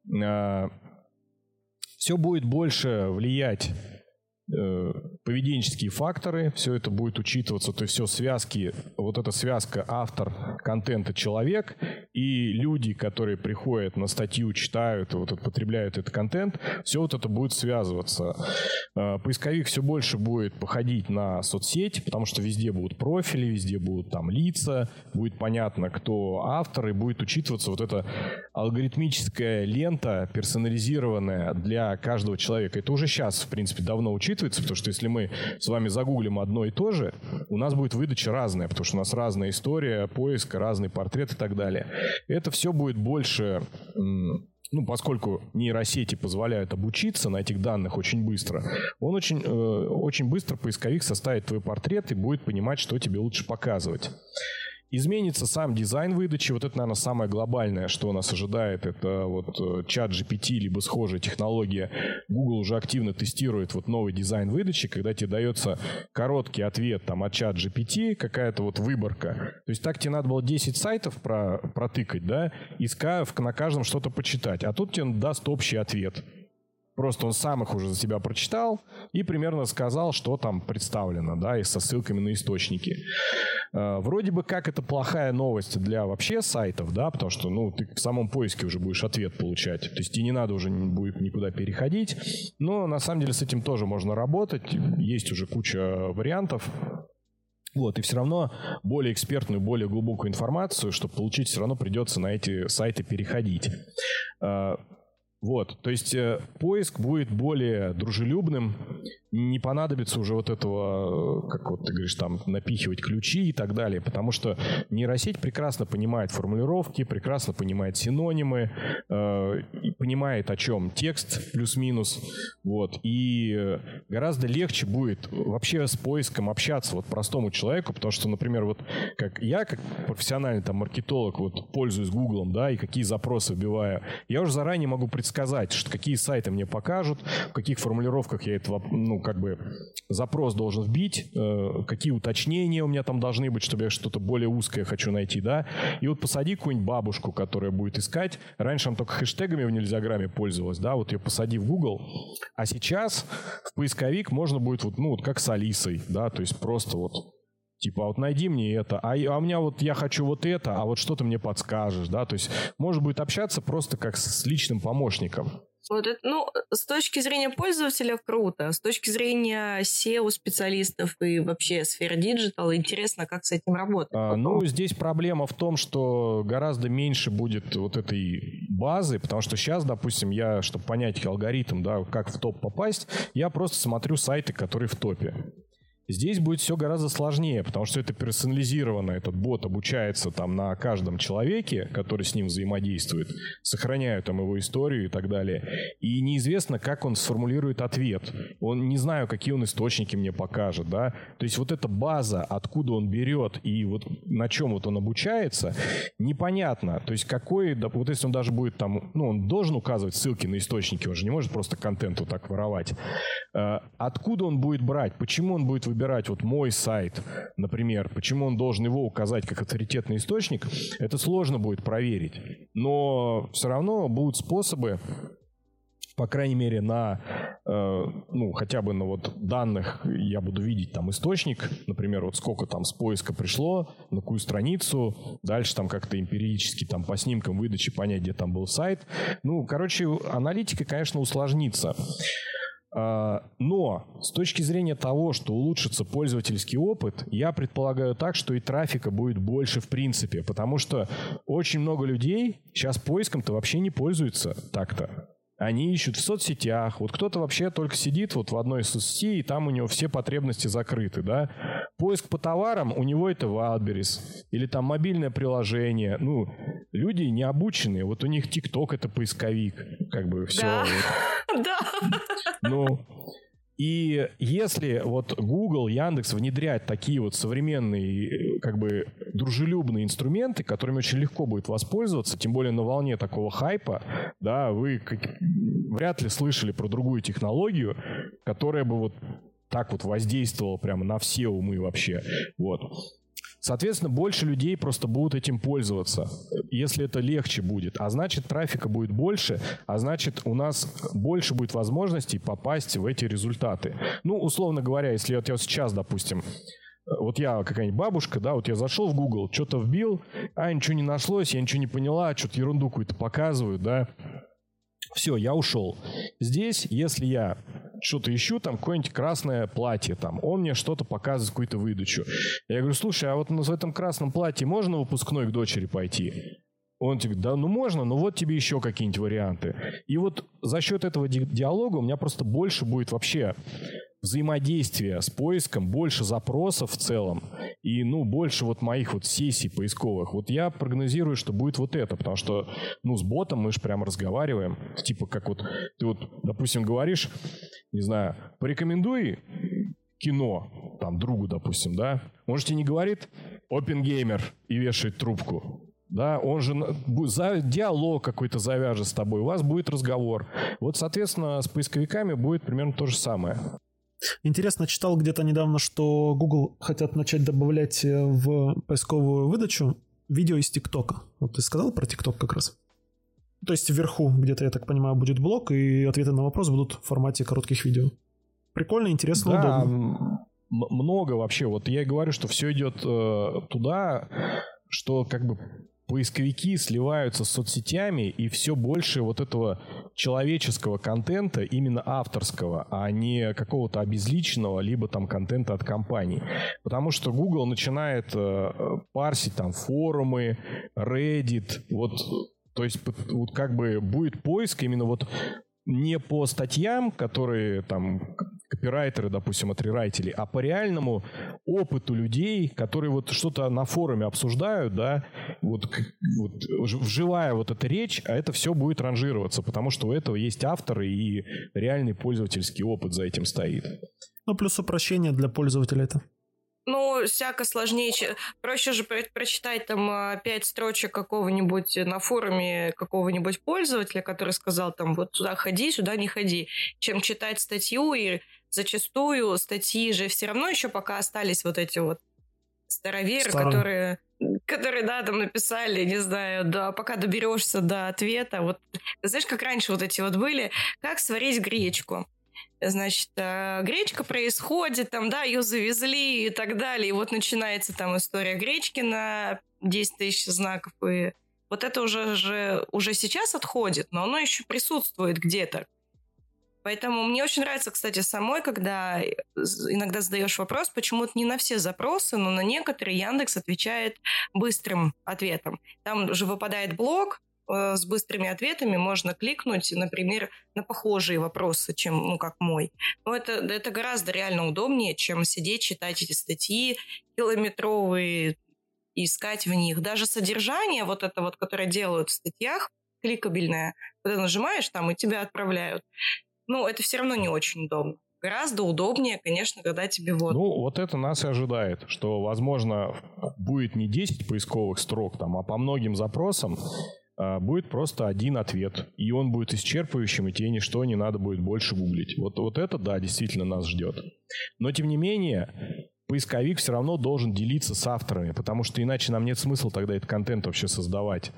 B: Все будет больше влиять поведенческие факторы, все это будет учитываться, то есть все связки, вот эта связка автор контента человек и люди, которые приходят на статью, читают, вот это, потребляют этот контент, все вот это будет связываться. Поисковик все больше будет походить на соцсети, потому что везде будут профили, везде будут там лица, будет понятно, кто автор, и будет учитываться вот эта алгоритмическая лента, персонализированная для каждого человека. Это уже сейчас, в принципе, давно учитывается, потому что если мы с вами загуглим одно и то же, у нас будет выдача разная, потому что у нас разная история поиска, разный портрет и так далее. Это все будет больше, ну, поскольку нейросети позволяют обучиться на этих данных очень быстро, он очень, э, очень быстро поисковик составит твой портрет и будет понимать, что тебе лучше показывать. Изменится сам дизайн выдачи. Вот это, наверное, самое глобальное, что нас ожидает. Это вот чат джи пи ти, либо схожая технология. Google уже активно тестирует вот новый дизайн выдачи, когда тебе дается короткий ответ там, от чат джи пи ти, какая-то вот выборка. То есть так тебе надо было десять сайтов про, протыкать, да, и на каждом что-то почитать. А тут тебе даст общий ответ. Просто он сам их уже за себя прочитал и примерно сказал, что там представлено, да, и со ссылками на источники. Э, вроде бы как это плохая новость для вообще сайтов, да, потому что, ну, ты в самом поиске уже будешь ответ получать. То есть тебе не надо уже будет никуда переходить. Но на самом деле с этим тоже можно работать. Есть уже куча вариантов. Вот, и все равно более экспертную, более глубокую информацию, чтобы получить, все равно придется на эти сайты переходить. Э, Вот, то есть э, поиск будет более дружелюбным, не понадобится уже вот этого, как вот ты говоришь, там, напихивать ключи и так далее, потому что нейросеть прекрасно понимает формулировки, прекрасно понимает синонимы, э, и понимает, о чем текст плюс-минус, вот, и гораздо легче будет вообще с поиском общаться вот простому человеку, потому что, например, вот как я, как профессиональный там маркетолог, вот пользуюсь Гуглом, да, и какие запросы вбиваю, я уже заранее могу предсказать, что какие сайты мне покажут, в каких формулировках я это, ну, как бы запрос должен вбить, э, какие уточнения у меня там должны быть, чтобы я что-то более узкое хочу найти, да. И вот посади какую-нибудь бабушку, которая будет искать. Раньше она только хэштегами в нельзяграмме пользовалась, да, вот ее посади в Google. А сейчас в поисковик можно будет вот, ну, вот как с Алисой, да, то есть просто вот типа, а вот найди мне это, а, а у меня вот я хочу вот это, а вот что ты мне подскажешь, да, то есть можно будет общаться просто как с личным помощником.
A: Вот это, ну, с точки зрения пользователя круто, с точки зрения сео-специалистов и вообще сферы диджитал, интересно, как с этим работать.
B: А, ну, здесь проблема в том, что гораздо меньше будет вот этой базы, потому что сейчас, допустим, я, чтобы понять алгоритм, да, как в топ попасть, я просто смотрю сайты, которые в топе. Здесь будет все гораздо сложнее, потому что это персонализировано, этот бот обучается там на каждом человеке, который с ним взаимодействует, сохраняют там его историю и так далее. И неизвестно, как он сформулирует ответ. Он не знаю, какие он источники мне покажет, да. То есть вот эта база, откуда он берет и вот на чем вот он обучается, непонятно. То есть какой, вот если он даже будет там, ну, он должен указывать ссылки на источники, он же не может просто контент вот так воровать. Откуда он будет брать? Почему он будет выбирать выбирать вот мой сайт, например, почему он должен его указать как авторитетный источник, это сложно будет проверить. Но все равно будут способы, по крайней мере, на, э, ну, хотя бы на вот данных я буду видеть там источник, например, вот сколько там с поиска пришло, на какую страницу, дальше там как-то эмпирически там по снимкам выдачи понять, где там был сайт. Ну, короче, аналитика, конечно, усложнится. Но с точки зрения того, что улучшится пользовательский опыт, я предполагаю так, что и трафика будет больше в принципе, потому что очень много людей сейчас поиском-то вообще не пользуются так-то. Они ищут в соцсетях. Вот кто-то вообще только сидит вот в одной из соцсетей, и там у него все потребности закрыты, да. Поиск по товарам, у него это Wildberries. Или там мобильное приложение. Ну, люди не обученные. Вот у них TikTok — это поисковик. Как бы все.
A: Да.
B: Вот.
A: Да.
B: Ну, И если вот Google, Яндекс внедряют такие вот современные, как бы дружелюбные инструменты, которыми очень легко будет воспользоваться, тем более на волне такого хайпа, да, вы как, вряд ли слышали про другую технологию, которая бы вот так вот воздействовала прямо на все умы вообще, вот. Соответственно, больше людей просто будут этим пользоваться, если это легче будет. А значит, трафика будет больше, а значит, у нас больше будет возможностей попасть в эти результаты. Ну, условно говоря, если вот я сейчас, допустим, вот я какая-нибудь бабушка, да, вот я зашел в Google, что-то вбил, а ничего не нашлось, я ничего не поняла, что-то ерунду какую-то показывают, да. Все, я ушел. Здесь, если я что-то ищу, там какое-нибудь красное платье, там, он мне что-то показывает, какую-то выдачу. Я говорю, слушай, а вот в этом красном платье можно выпускной к дочери пойти? Он тебе говорит, да, ну можно, но вот тебе еще какие-нибудь варианты. И вот за счет этого ди- диалога у меня просто больше будет вообще взаимодействия с поиском, больше запросов в целом и, ну, больше вот моих вот сессий поисковых. Вот я прогнозирую, что будет вот это, потому что, ну, с ботом мы же прямо разговариваем. Типа как вот ты вот, допустим, говоришь, не знаю, порекомендуй кино, там, другу, допустим, да? Он же тебе не говорит «Опенгеймер» и вешает трубку. Да, он же за диалог какой-то завяжет с тобой, у вас будет разговор. Вот, соответственно, с поисковиками будет примерно то же самое.
D: Интересно, читал где-то недавно, что Google хотят начать добавлять в поисковую выдачу видео из ТикТока. Вот ты сказал про ТикТок как раз. То есть вверху где-то, я так понимаю, будет блок, и ответы на вопрос будут в формате коротких видео. Прикольно, интересно,
B: да,
D: удобно.
B: М- много вообще. Вот я и говорю, что все идет э, туда, что как бы поисковики сливаются с соцсетями, и все больше вот этого человеческого контента, именно авторского, а не какого-то обезличенного, либо там контента от компаний. Потому что Google начинает э, парсить там форумы, Reddit, вот, то есть вот как бы будет поиск именно вот не по статьям, которые там копирайтеры, допустим, отрерайтили, а по реальному опыту людей, которые вот что-то на форуме обсуждают, да, вот, вот вживая вот эта речь, а это все будет ранжироваться, потому что у этого есть авторы и реальный пользовательский опыт за этим стоит.
D: Ну, плюс упрощение для пользователя это.
A: Ну, всяко сложнее. Проще же про- прочитать там пять строчек какого-нибудь на форуме какого-нибудь пользователя, который сказал там вот сюда ходи, сюда не ходи, чем читать статью. И зачастую статьи же все равно еще пока остались вот эти вот староверы,
D: Старые.
A: которые, которые, да, там написали, не знаю, да, пока доберешься до ответа. Вот, знаешь, как раньше вот эти вот были, как сварить гречку. Значит, гречка происходит, там, да, ее завезли и так далее. И вот начинается там история гречки на десять тысяч знаков. И вот это уже, же, уже сейчас отходит, но оно еще присутствует где-то. Поэтому мне очень нравится, кстати, самой, когда иногда задаешь вопрос, почему-то не на все запросы, но на некоторые Яндекс отвечает быстрым ответом. Там же выпадает блок с быстрыми ответами, можно кликнуть, например, на похожие вопросы, чем, ну, как мой. Но это, это гораздо реально удобнее, чем сидеть, читать эти статьи километровые, искать в них. Даже содержание, вот это вот, которое делают в статьях, кликабельное, когда нажимаешь там, и тебя отправляют, ну, это все равно не очень удобно. Гораздо удобнее, конечно, когда тебе вот...
B: Ну, вот это нас и ожидает, что, возможно, будет не десять поисковых строк, там, а по многим запросам будет просто один ответ, и он будет исчерпывающим, и тебе ничто не надо будет больше гуглить. Вот, вот это, да, действительно нас ждет. Но, тем не менее, поисковик все равно должен делиться с авторами, потому что иначе нам нет смысла тогда этот контент вообще создавать.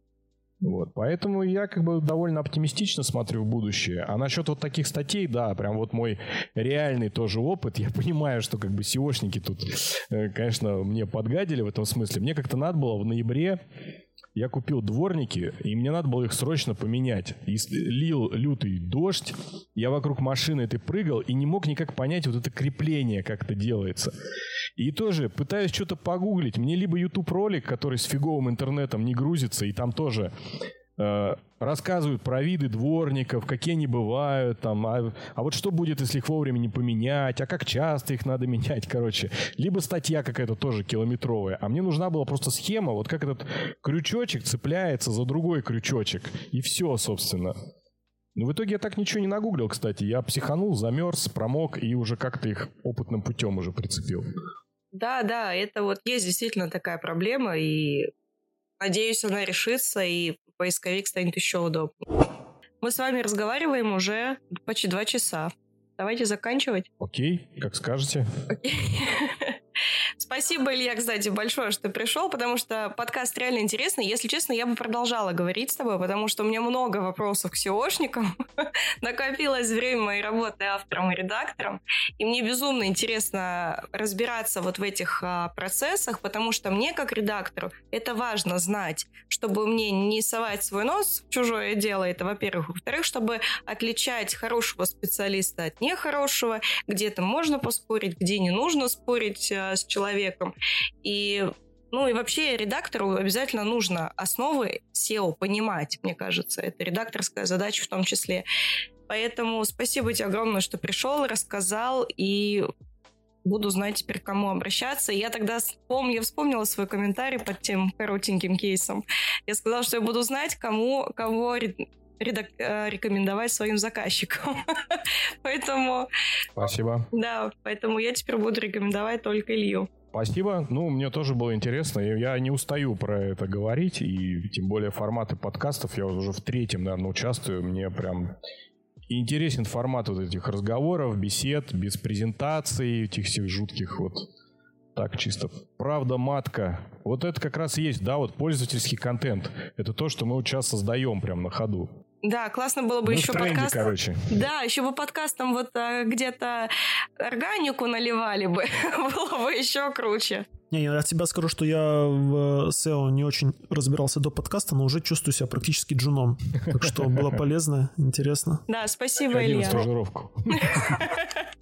B: Вот, поэтому я как бы довольно оптимистично смотрю в будущее. А насчет вот таких статей, да, прям вот мой реальный тоже опыт. Я понимаю, что как бы сеошники тут, конечно, мне подгадили в этом смысле. Мне как-то надо было в ноябре, я купил дворники, и мне надо было их срочно поменять. И лил лютый дождь, я вокруг машины этой прыгал и не мог никак понять вот это крепление, как это делается. И тоже пытаюсь что-то погуглить. Мне либо YouTube-ролик, который с фиговым интернетом не грузится, и там тоже э, рассказывают про виды дворников, какие они бывают, там, а, а вот что будет, если их вовремя не поменять, а как часто их надо менять, короче. Либо статья какая-то тоже километровая. А мне нужна была просто схема, вот как этот крючочек цепляется за другой крючочек. И все, собственно. Ну, в итоге я так ничего не нагуглил, кстати. Я психанул, замерз, промок и уже как-то их опытным путем уже прицепил.
A: Да, да, это вот есть действительно такая проблема, и надеюсь, она решится, и поисковик станет еще удобнее. Мы с вами разговариваем уже почти два часа. Давайте заканчивать.
B: Окей, как скажете.
A: Окей. Спасибо, Илья, кстати, большое, что ты пришел, потому что подкаст реально интересный. Если честно, я бы продолжала говорить с тобой, потому что у меня много вопросов к сеошникам. Накопилось время моей работы автором и редактором. И мне безумно интересно разбираться вот в этих а, процессах, потому что мне, как редактору, это важно знать, чтобы мне не совать свой нос в чужое дело, это во-первых. Во-вторых, чтобы отличать хорошего специалиста от нехорошего, где-то можно поспорить, где не нужно спорить а, с человеком. И, ну и вообще редактору обязательно нужно основы сео понимать, мне кажется. Это редакторская задача в том числе. Поэтому спасибо тебе огромное, что пришел, рассказал, и буду знать теперь, к кому обращаться. И я тогда вспом... я вспомнила свой комментарий под тем коротеньким кейсом. Я сказала, что я буду знать, кому, кого редак... рекомендовать своим заказчикам. Поэтому...
B: Спасибо.
A: Да, поэтому я теперь буду рекомендовать только Илью.
B: Спасибо. Ну, мне тоже было интересно. Я не устаю про это говорить. И тем более форматы подкастов. Я уже в третьем, наверное, участвую. Мне прям интересен формат вот этих разговоров, бесед, без презентаций, этих всех жутких вот так чисто. Правда, матка. Вот это как раз и есть, да, вот пользовательский контент. Это то, что мы вот сейчас создаем прям на ходу.
A: Да, классно было бы
B: ну,
A: еще
B: тренде,
A: подкаст.
B: Короче.
A: Да, еще бы подкастом вот а, где-то органику наливали бы. Было бы еще круче.
D: Не, я от тебя скажу, что я в сео не очень разбирался до подкаста, но уже чувствую себя практически джуном. Так что было полезно, интересно.
A: Да, спасибо,
B: Ходил
A: Илья.
B: в стажировку.